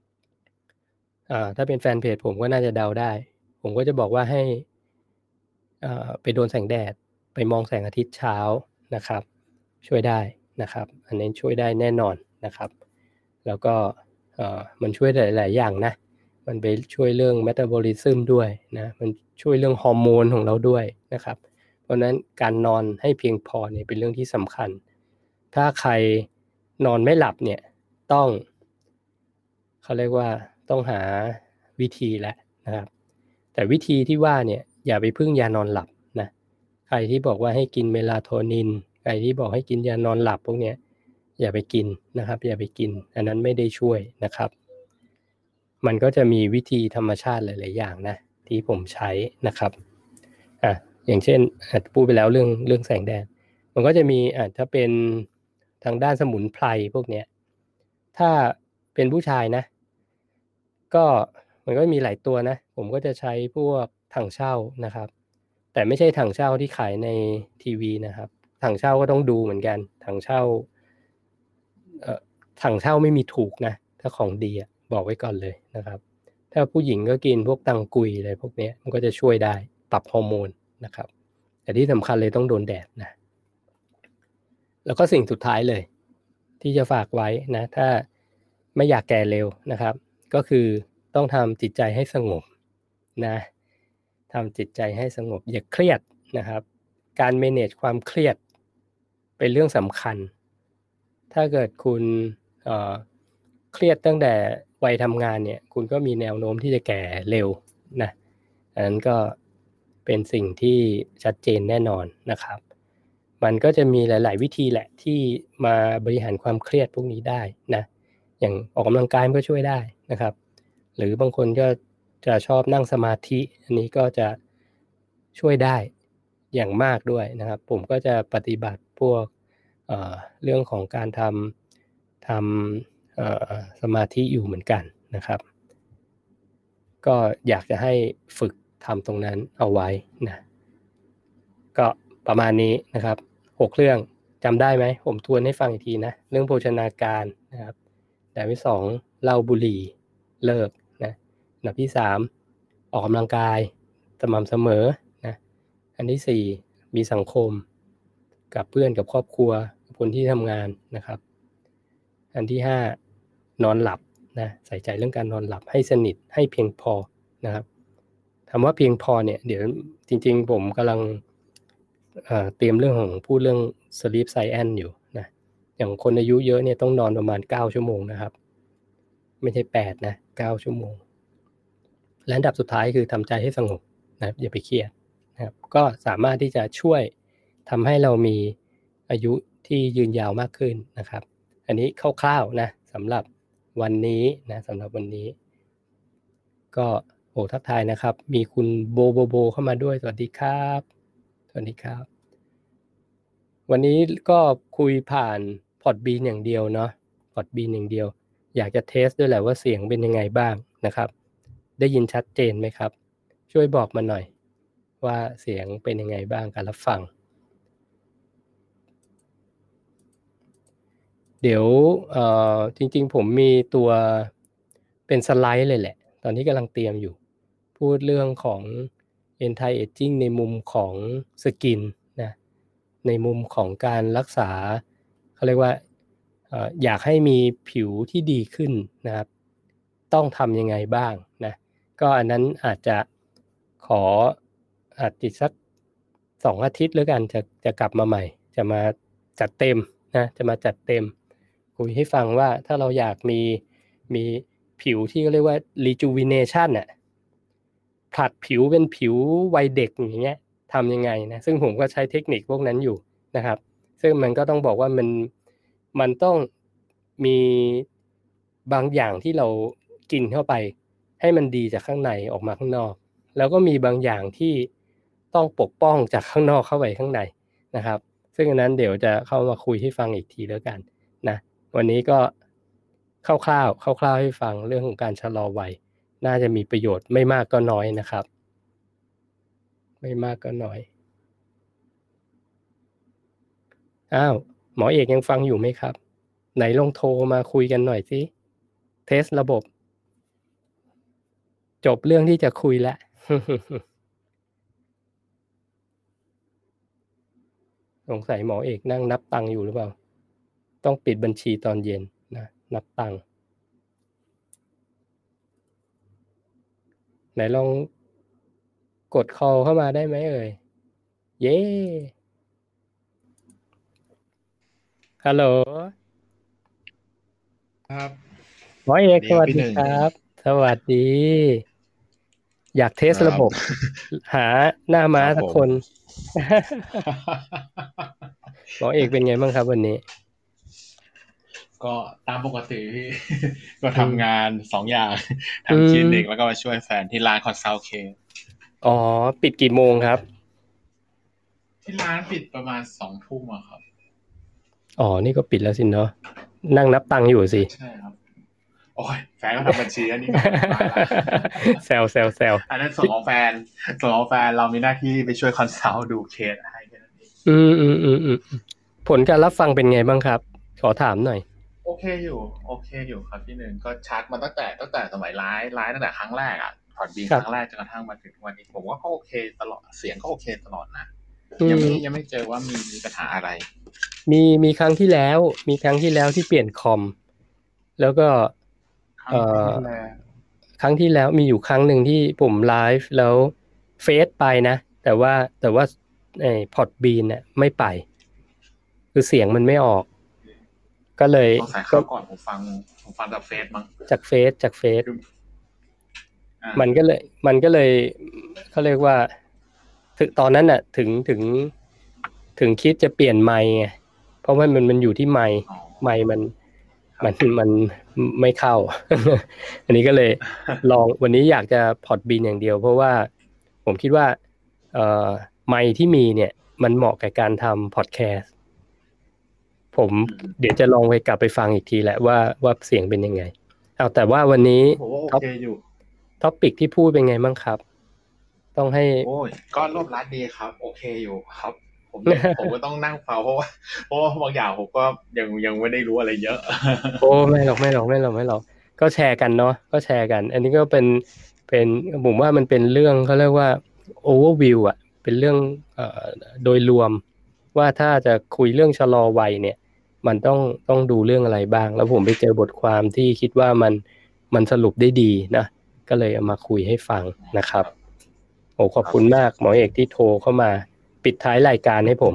ถ้าเป็นแฟนเพจผมก็น่าจะเดาได้ผมก็จะบอกว่าให้ไปโดนแสงแดดไปมองแสงอาทิตย์เช้านะครับช่วยได้นะครับอันนี้ช่วยได้แน่นอนนะครับแล้วก็มันช่วยหลายๆอย่างนะมันไปช่วยเรื่อง metabolism ด้วยนะมันช่วยเรื่องฮอร์โมนของเราด้วยนะครับเพราะนั้นการนอนให้เพียงพอเนี่ยเป็นเรื่องที่สำคัญถ้าใครนอนไม่หลับเนี่ยต้องเขาเรียกว่าต้องหาวิธีแล้วนะครับแต่วิธีที่ว่าเนี่ยอย่าไปพึ่งยานอนหลับนะใครที่บอกว่าให้กินเมลาโทนินใครที่บอกให้กินยานอนหลับพวกเนี้ยอย่าไปกินนะครับอย่าไปกินอันนั้นไม่ได้ช่วยนะครับมันก็จะมีวิธีธรรมชาติหลายๆอย่างนะที่ผมใช้นะครับอย่างเช่นพูดไปแล้วเรื่องแสงแดดมันก็จะมีถ้าเป็นทางด้านสมุนไพรพวกเนี้ยถ้าเป็นผู้ชายนะก็มันก็มีหลายตัวนะผมก็จะใช้พวกถังเช่านะครับแต่ไม่ใช่ถังเช่าที่ขายในทีวีนะครับถังเช่าก็ต้องดูเหมือนกันถังเช่าถังเช่าไม่มีถูกนะถ้าของดีบอกไว้ก่อนเลยนะครับถ้าผู้หญิงก็กินพวกตังกุยอะไรพวกนี้มันก็จะช่วยได้ปรับฮอร์โมนนะครับแต่ที่สำคัญเลยต้องโดนแดดนะแล้วก็สิ่งสุดท้ายเลยที่จะฝากไว้นะถ้าไม่อยากแก่เร็วนะครับก็คือต้องทำจิตใจให้สงบนะทำจิตใจให้สงบอย่าเครียดนะครับการ manage ความเครียดเป็นเรื่องสำคัญถ้าเกิดคุณเครียดตั้งแต่วัยทำงานเนี่ยคุณก็มีแนวโน้มที่จะแก่เร็วนะอันนั้นก็เป็นสิ่งที่ชัดเจนแน่นอนนะครับมันก็จะมีหลายๆวิธีแหละที่มาบริหารความเครียดพวกนี้ได้นะอย่างออกกำลังกายมันก็ช่วยได้นะครับหรือบางคนก็จะชอบนั่งสมาธิอันนี้ก็จะช่วยได้อย่างมากด้วยนะครับผมก็จะปฏิบัติพวกเรื่องของการทำสมาธิอยู่เหมือนกันนะครับก็อยากจะให้ฝึกทำตรงนั้นเอาไว้นะก็ประมาณนี้นะครับ6เรื่องจำได้ไหมผมทวนให้ฟังอีกทีนะเรื่องโภชนาการนะครับอันดับที่2เหล้าบุหรี่เลิกนะอันดับที่3ออกกำลังกายสม่ำเสมอนะอันที่4มีสังคมกับเพื่อนกับครอบครัวกับคนที่ทำงานนะครับอันที่5นอนหลับนะใส่ใจเรื่องการนอนหลับให้สนิทให้เพียงพอนะครับคำว่าเพียงพอเนี่ยเดี๋ยวจริงๆผมกำลังเตรียมเรื่องของพูดเรื่อง sleep science อยู่นะอย่างคนอายุเยอะเนี่ยต้องนอนประมาณ9ชั่วโมงนะครับไม่ใช่8นะ9ชั่วโมงและอันดับสุดท้ายคือทำใจให้สงบนะครับอย่าไปเครียดนะครับก็สามารถที่จะช่วยทำให้เรามีอายุที่ยืนยาวมากขึ้นนะครับอันนี้คร่าวๆนะสำหรับวันนี้นะสำหรับวันนี้ก็โอ้ทักทายนะครับมีคุณโบเข้ามาด้วยสวัสดีครับสวัสดีครับวันนี้ก็คุยผ่าน Podbean อย่างเดียวเนาะ Podbean อย่างเดียวอยากจะเทสด้วยแหละว่าเสียงเป็นยังไงบ้างนะครับได้ยินชัดเจนไหมครับช่วยบอกมาหน่อยว่าเสียงเป็นยังไงบ้างการรับฟังเดี๋ยวจริงๆผมมีตัวเป็นสไลด์เลยแหละตอนนี้กำลังเตรียมอยู่พูดเรื่องของ anti aging ในมุมของสกินนะในมุมของการรักษาเขาเรียกว่าอยากให้มีผิวที่ดีขึ้นนะครับต้องทำยังไงบ้างนะก็อันนั้นอาจจะขออาจจะสัก2อาทิตย์แล้วกันจะกลับมาใหม่จะมาจัดเต็มนะจะมาจัดเต็มคุยให้ฟังว่าถ้าเราอยากมีผิวที่เขาเรียกว่า rejuvenation น่ะผลัดผิวเป็นผิววัยเด็กอย่างเงี้ยทำยังไงนะซึ่งผมก็ใช้เทคนิคพวกนั้นอยู่นะครับซึ่งมันก็ต้องบอกว่ามันต้องมีบางอย่างที่เรากินเข้าไปให้มันดีจากข้างในออกมาข้างนอกแล้วก็มีบางอย่างที่ต้องปกป้องจากข้างนอกเข้าไปข้างในนะครับซึ่งอันนั้นเดี๋ยวจะเข้ามาคุยให้ฟังอีกทีแล้วกันนะวันนี้ก็คร่าวๆให้ฟังเรื่องของการชะลอวัยน่าจะมีประโยชน์ไม่มากก็น้อยนะครับไม่มากก็น้อยอ้าวหมอเอกยังฟังอยู่ไหมครับไหนลองโทรมาคุยกันหน่อยสิเทสระบบจบเรื่องที่จะคุยแล้ว สงสัยหมอเอกนั่งนับตังค์อยู่หรือเปล่าต้องปิดบัญชีตอนเย็นนะนับตังค์ไหนลองกด call เข้ามาได้ไหมเอ่ยเย้ฮัลโหลครับหมอเอกสเดี๋ยววัสพี่หนึ่งดีครับสวัสดีอยากเทสครับระบบหาหน้าคม้ารับผมสักคน หมอเอกเป็นไงบ้างครับวันนี้ก็ตามปกติพี่ ก็อืมทำงาน2 อย่างอืทำคลิมนิกแล้วก็มาช่วยแฟนที่ร้านคอนซัลท์เคสอ๋อปิดกี่โมงครับที่ร้านปิดประมาณ2 ทุ่มอะครับอ๋อนี่ก็ปิดแล้วสิเนาะนั่งนับตังค์อยู่สิใช่ครับโอ้ยแฟนก็ทำบัญชีอันนี้ก็สบายละแซวแซวแซวอันนั้นส่วนของแฟนส่วนของแฟนเรามีหน้าที่ไปช่วยคอนซัลท์ดูเคสให้แค่นั้นเองอืมผลการรับฟังเป็นไงบ้างครับขอถามหน่อยโอเคอยู่โอเคอยู่ครับพี่หนึ่งก็ชัดมาตั้งแต่สมัยไลฟ์ตั้งแต่ครั้งแรกอ่ะถอดบินครับครั้งแรกจนกระทั่งมาถึงวันนี้ผมว่าก็โอเคตลอดเสียงก็โอเคตลอดนะอืยังไม่มเจอว่ามีปัญหาอะไรมีครั้งที่แล้วมีครั้งที่แล้วที่เปลี่ยนคอมแล้วก็ครั้งเอ่อที่แล้วครั้งที่แล้วมีอยู่ครั้งหนึ่งที่ผมไลฟ์แล้วเฟซไปนะแต่ว่าไอ้พอดบีนเนี่ยไม่ไปคือเสียงมันไม่ออกก็เลยสงสัยคก็ราวก่อนผมฟังจากเฟซมั้งจากเฟซคืออ่ามันก็เลยเขาเรียกว่าถึงตอนนั้นน่ะถึงคิดจะเปลี่ยนไมค์ไงเพราะว่ามันอยู่ที่ไมค์อ๋อไมค์มันครับมันไม่เข้าอันนี้ก็เลยลองวันนี้อยากจะพอดบีนอย่างเดียวเพราะว่าผมคิดว่าเอ่อไมค์ที่มีเนี่ยมันเหมาะกับการทำพอดแคสต์ผมอืมเดี๋ยวจะลองไปกลับไปฟังอีกทีแหละว่าเสียงเป็นยังไงเอาแต่ว่าวันนี้ผมว่าโอท็อปเคอยู่ท็อปิกที่พูดเป็นไงบ้างครับต้องให้โอ้ยก็รวบรัดดีครับโอเคอยู่ครับผมก็ต้องนั่งฟังเพราะว่าบางอย่างผมก็ยังไม่ได้รู้อะไรเยอะโอ้ไม่หรอกไม่หรอกไม่หรอกไม่หรอกก็แชร์กันเนาะก็แชร์กันอันนี้ก็เป็นผมว่ามันเป็นเรื่องเขาเรียกว่า overview อ่ะเป็นเรื่องเอ่อโดยรวมว่าถ้าจะคุยเรื่องชะลอวัยเนี่ยมันต้องดูเรื่องอะไรบ้างแล้วผมไปเจอบทความที่คิดว่ามันสรุปได้ดีนะก็เลยเอามาคุยให้ฟังนะครับครับโอ้ขอบครับคุณมากหมอเอกที่โทรเข้ามาปิดท้ายรายการให้ผม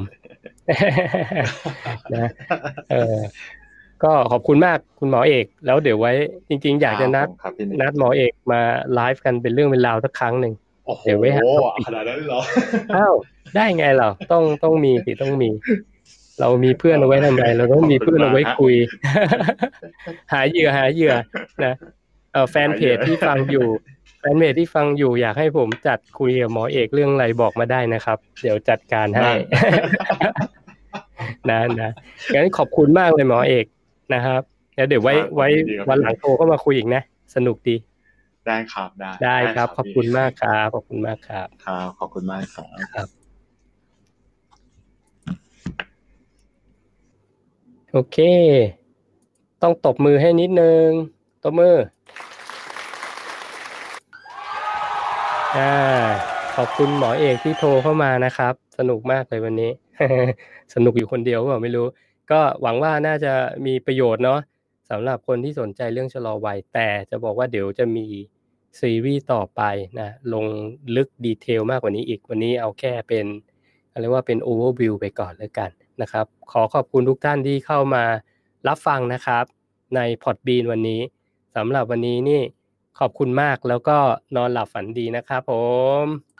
นะเออก็ขอบคุณมากคุณหมอเอกแล้วเดี๋ยวไว้จริงๆคอยากจะนัดรับผมครับพี่หนึ่งหมอเอกมาไลฟ์กันเป็นเรื่องเป็นราวสักครั้งหนึ่งโอ้โหเดี๋ยวไว้หาท็อปิกขนาดนั้นเลยเหรออ้าวได้ไงเราต้องมีสิต้องมีเรามีเพื่อนเอาไว้ทำไมเราต้องขอบมีเพื่อนเอาคุณมากฮะไว้คุยหาเหยื่อนะแฟนเพหาเยอะจที่ฟังอยู่แฟนเพจที่ฟังอยู่อยากให้ผมจัดคุยกับหมอเอกเรื่องอะไรบอกมาได้นะครับเดี๋ยวจัดการให้นั่นนะงั้นขอบคุณมากเลยหมอเอกนะครับแล้วเดี๋ยวไว้ครับผมยินดีครับวันพี่หนึ่งหลังโทรเข้ามาคุยอีกนะสนุกดีได้ครับได้ได้ได้ครับขอบครับพี่คุณมากครับขอบคุณมากครับครับขอบคุณมากครับครับโอเคต้องตบมือให้นิดนึงตบมืออ่าขอบคุณหมอเอกที่โทรเข้ามานะครับสนุกมากเลยวันนี้ สนุกอยู่คนเดียวเปล่าไม่รู้ก็หวังว่าน่าจะมีประโยชน์เนาะสำหรับคนที่สนใจเรื่องชะลอวัยแต่จะบอกว่าเดี๋ยวจะมีซีรีส์ต่อไปนะลงลึกดีเทลมากกว่านี้อีกวันนี้เอาแค่เป็นเรียกว่าเป็น overview ไปก่อนแล้วกันนะครับขอขอบคุณทุกท่านที่เข้ามารับฟังนะครับใน Podbean วันนี้สำหรับวันนี้นี่ขอบคุณมากแล้วก็นอนหลับฝันดีนะครับผม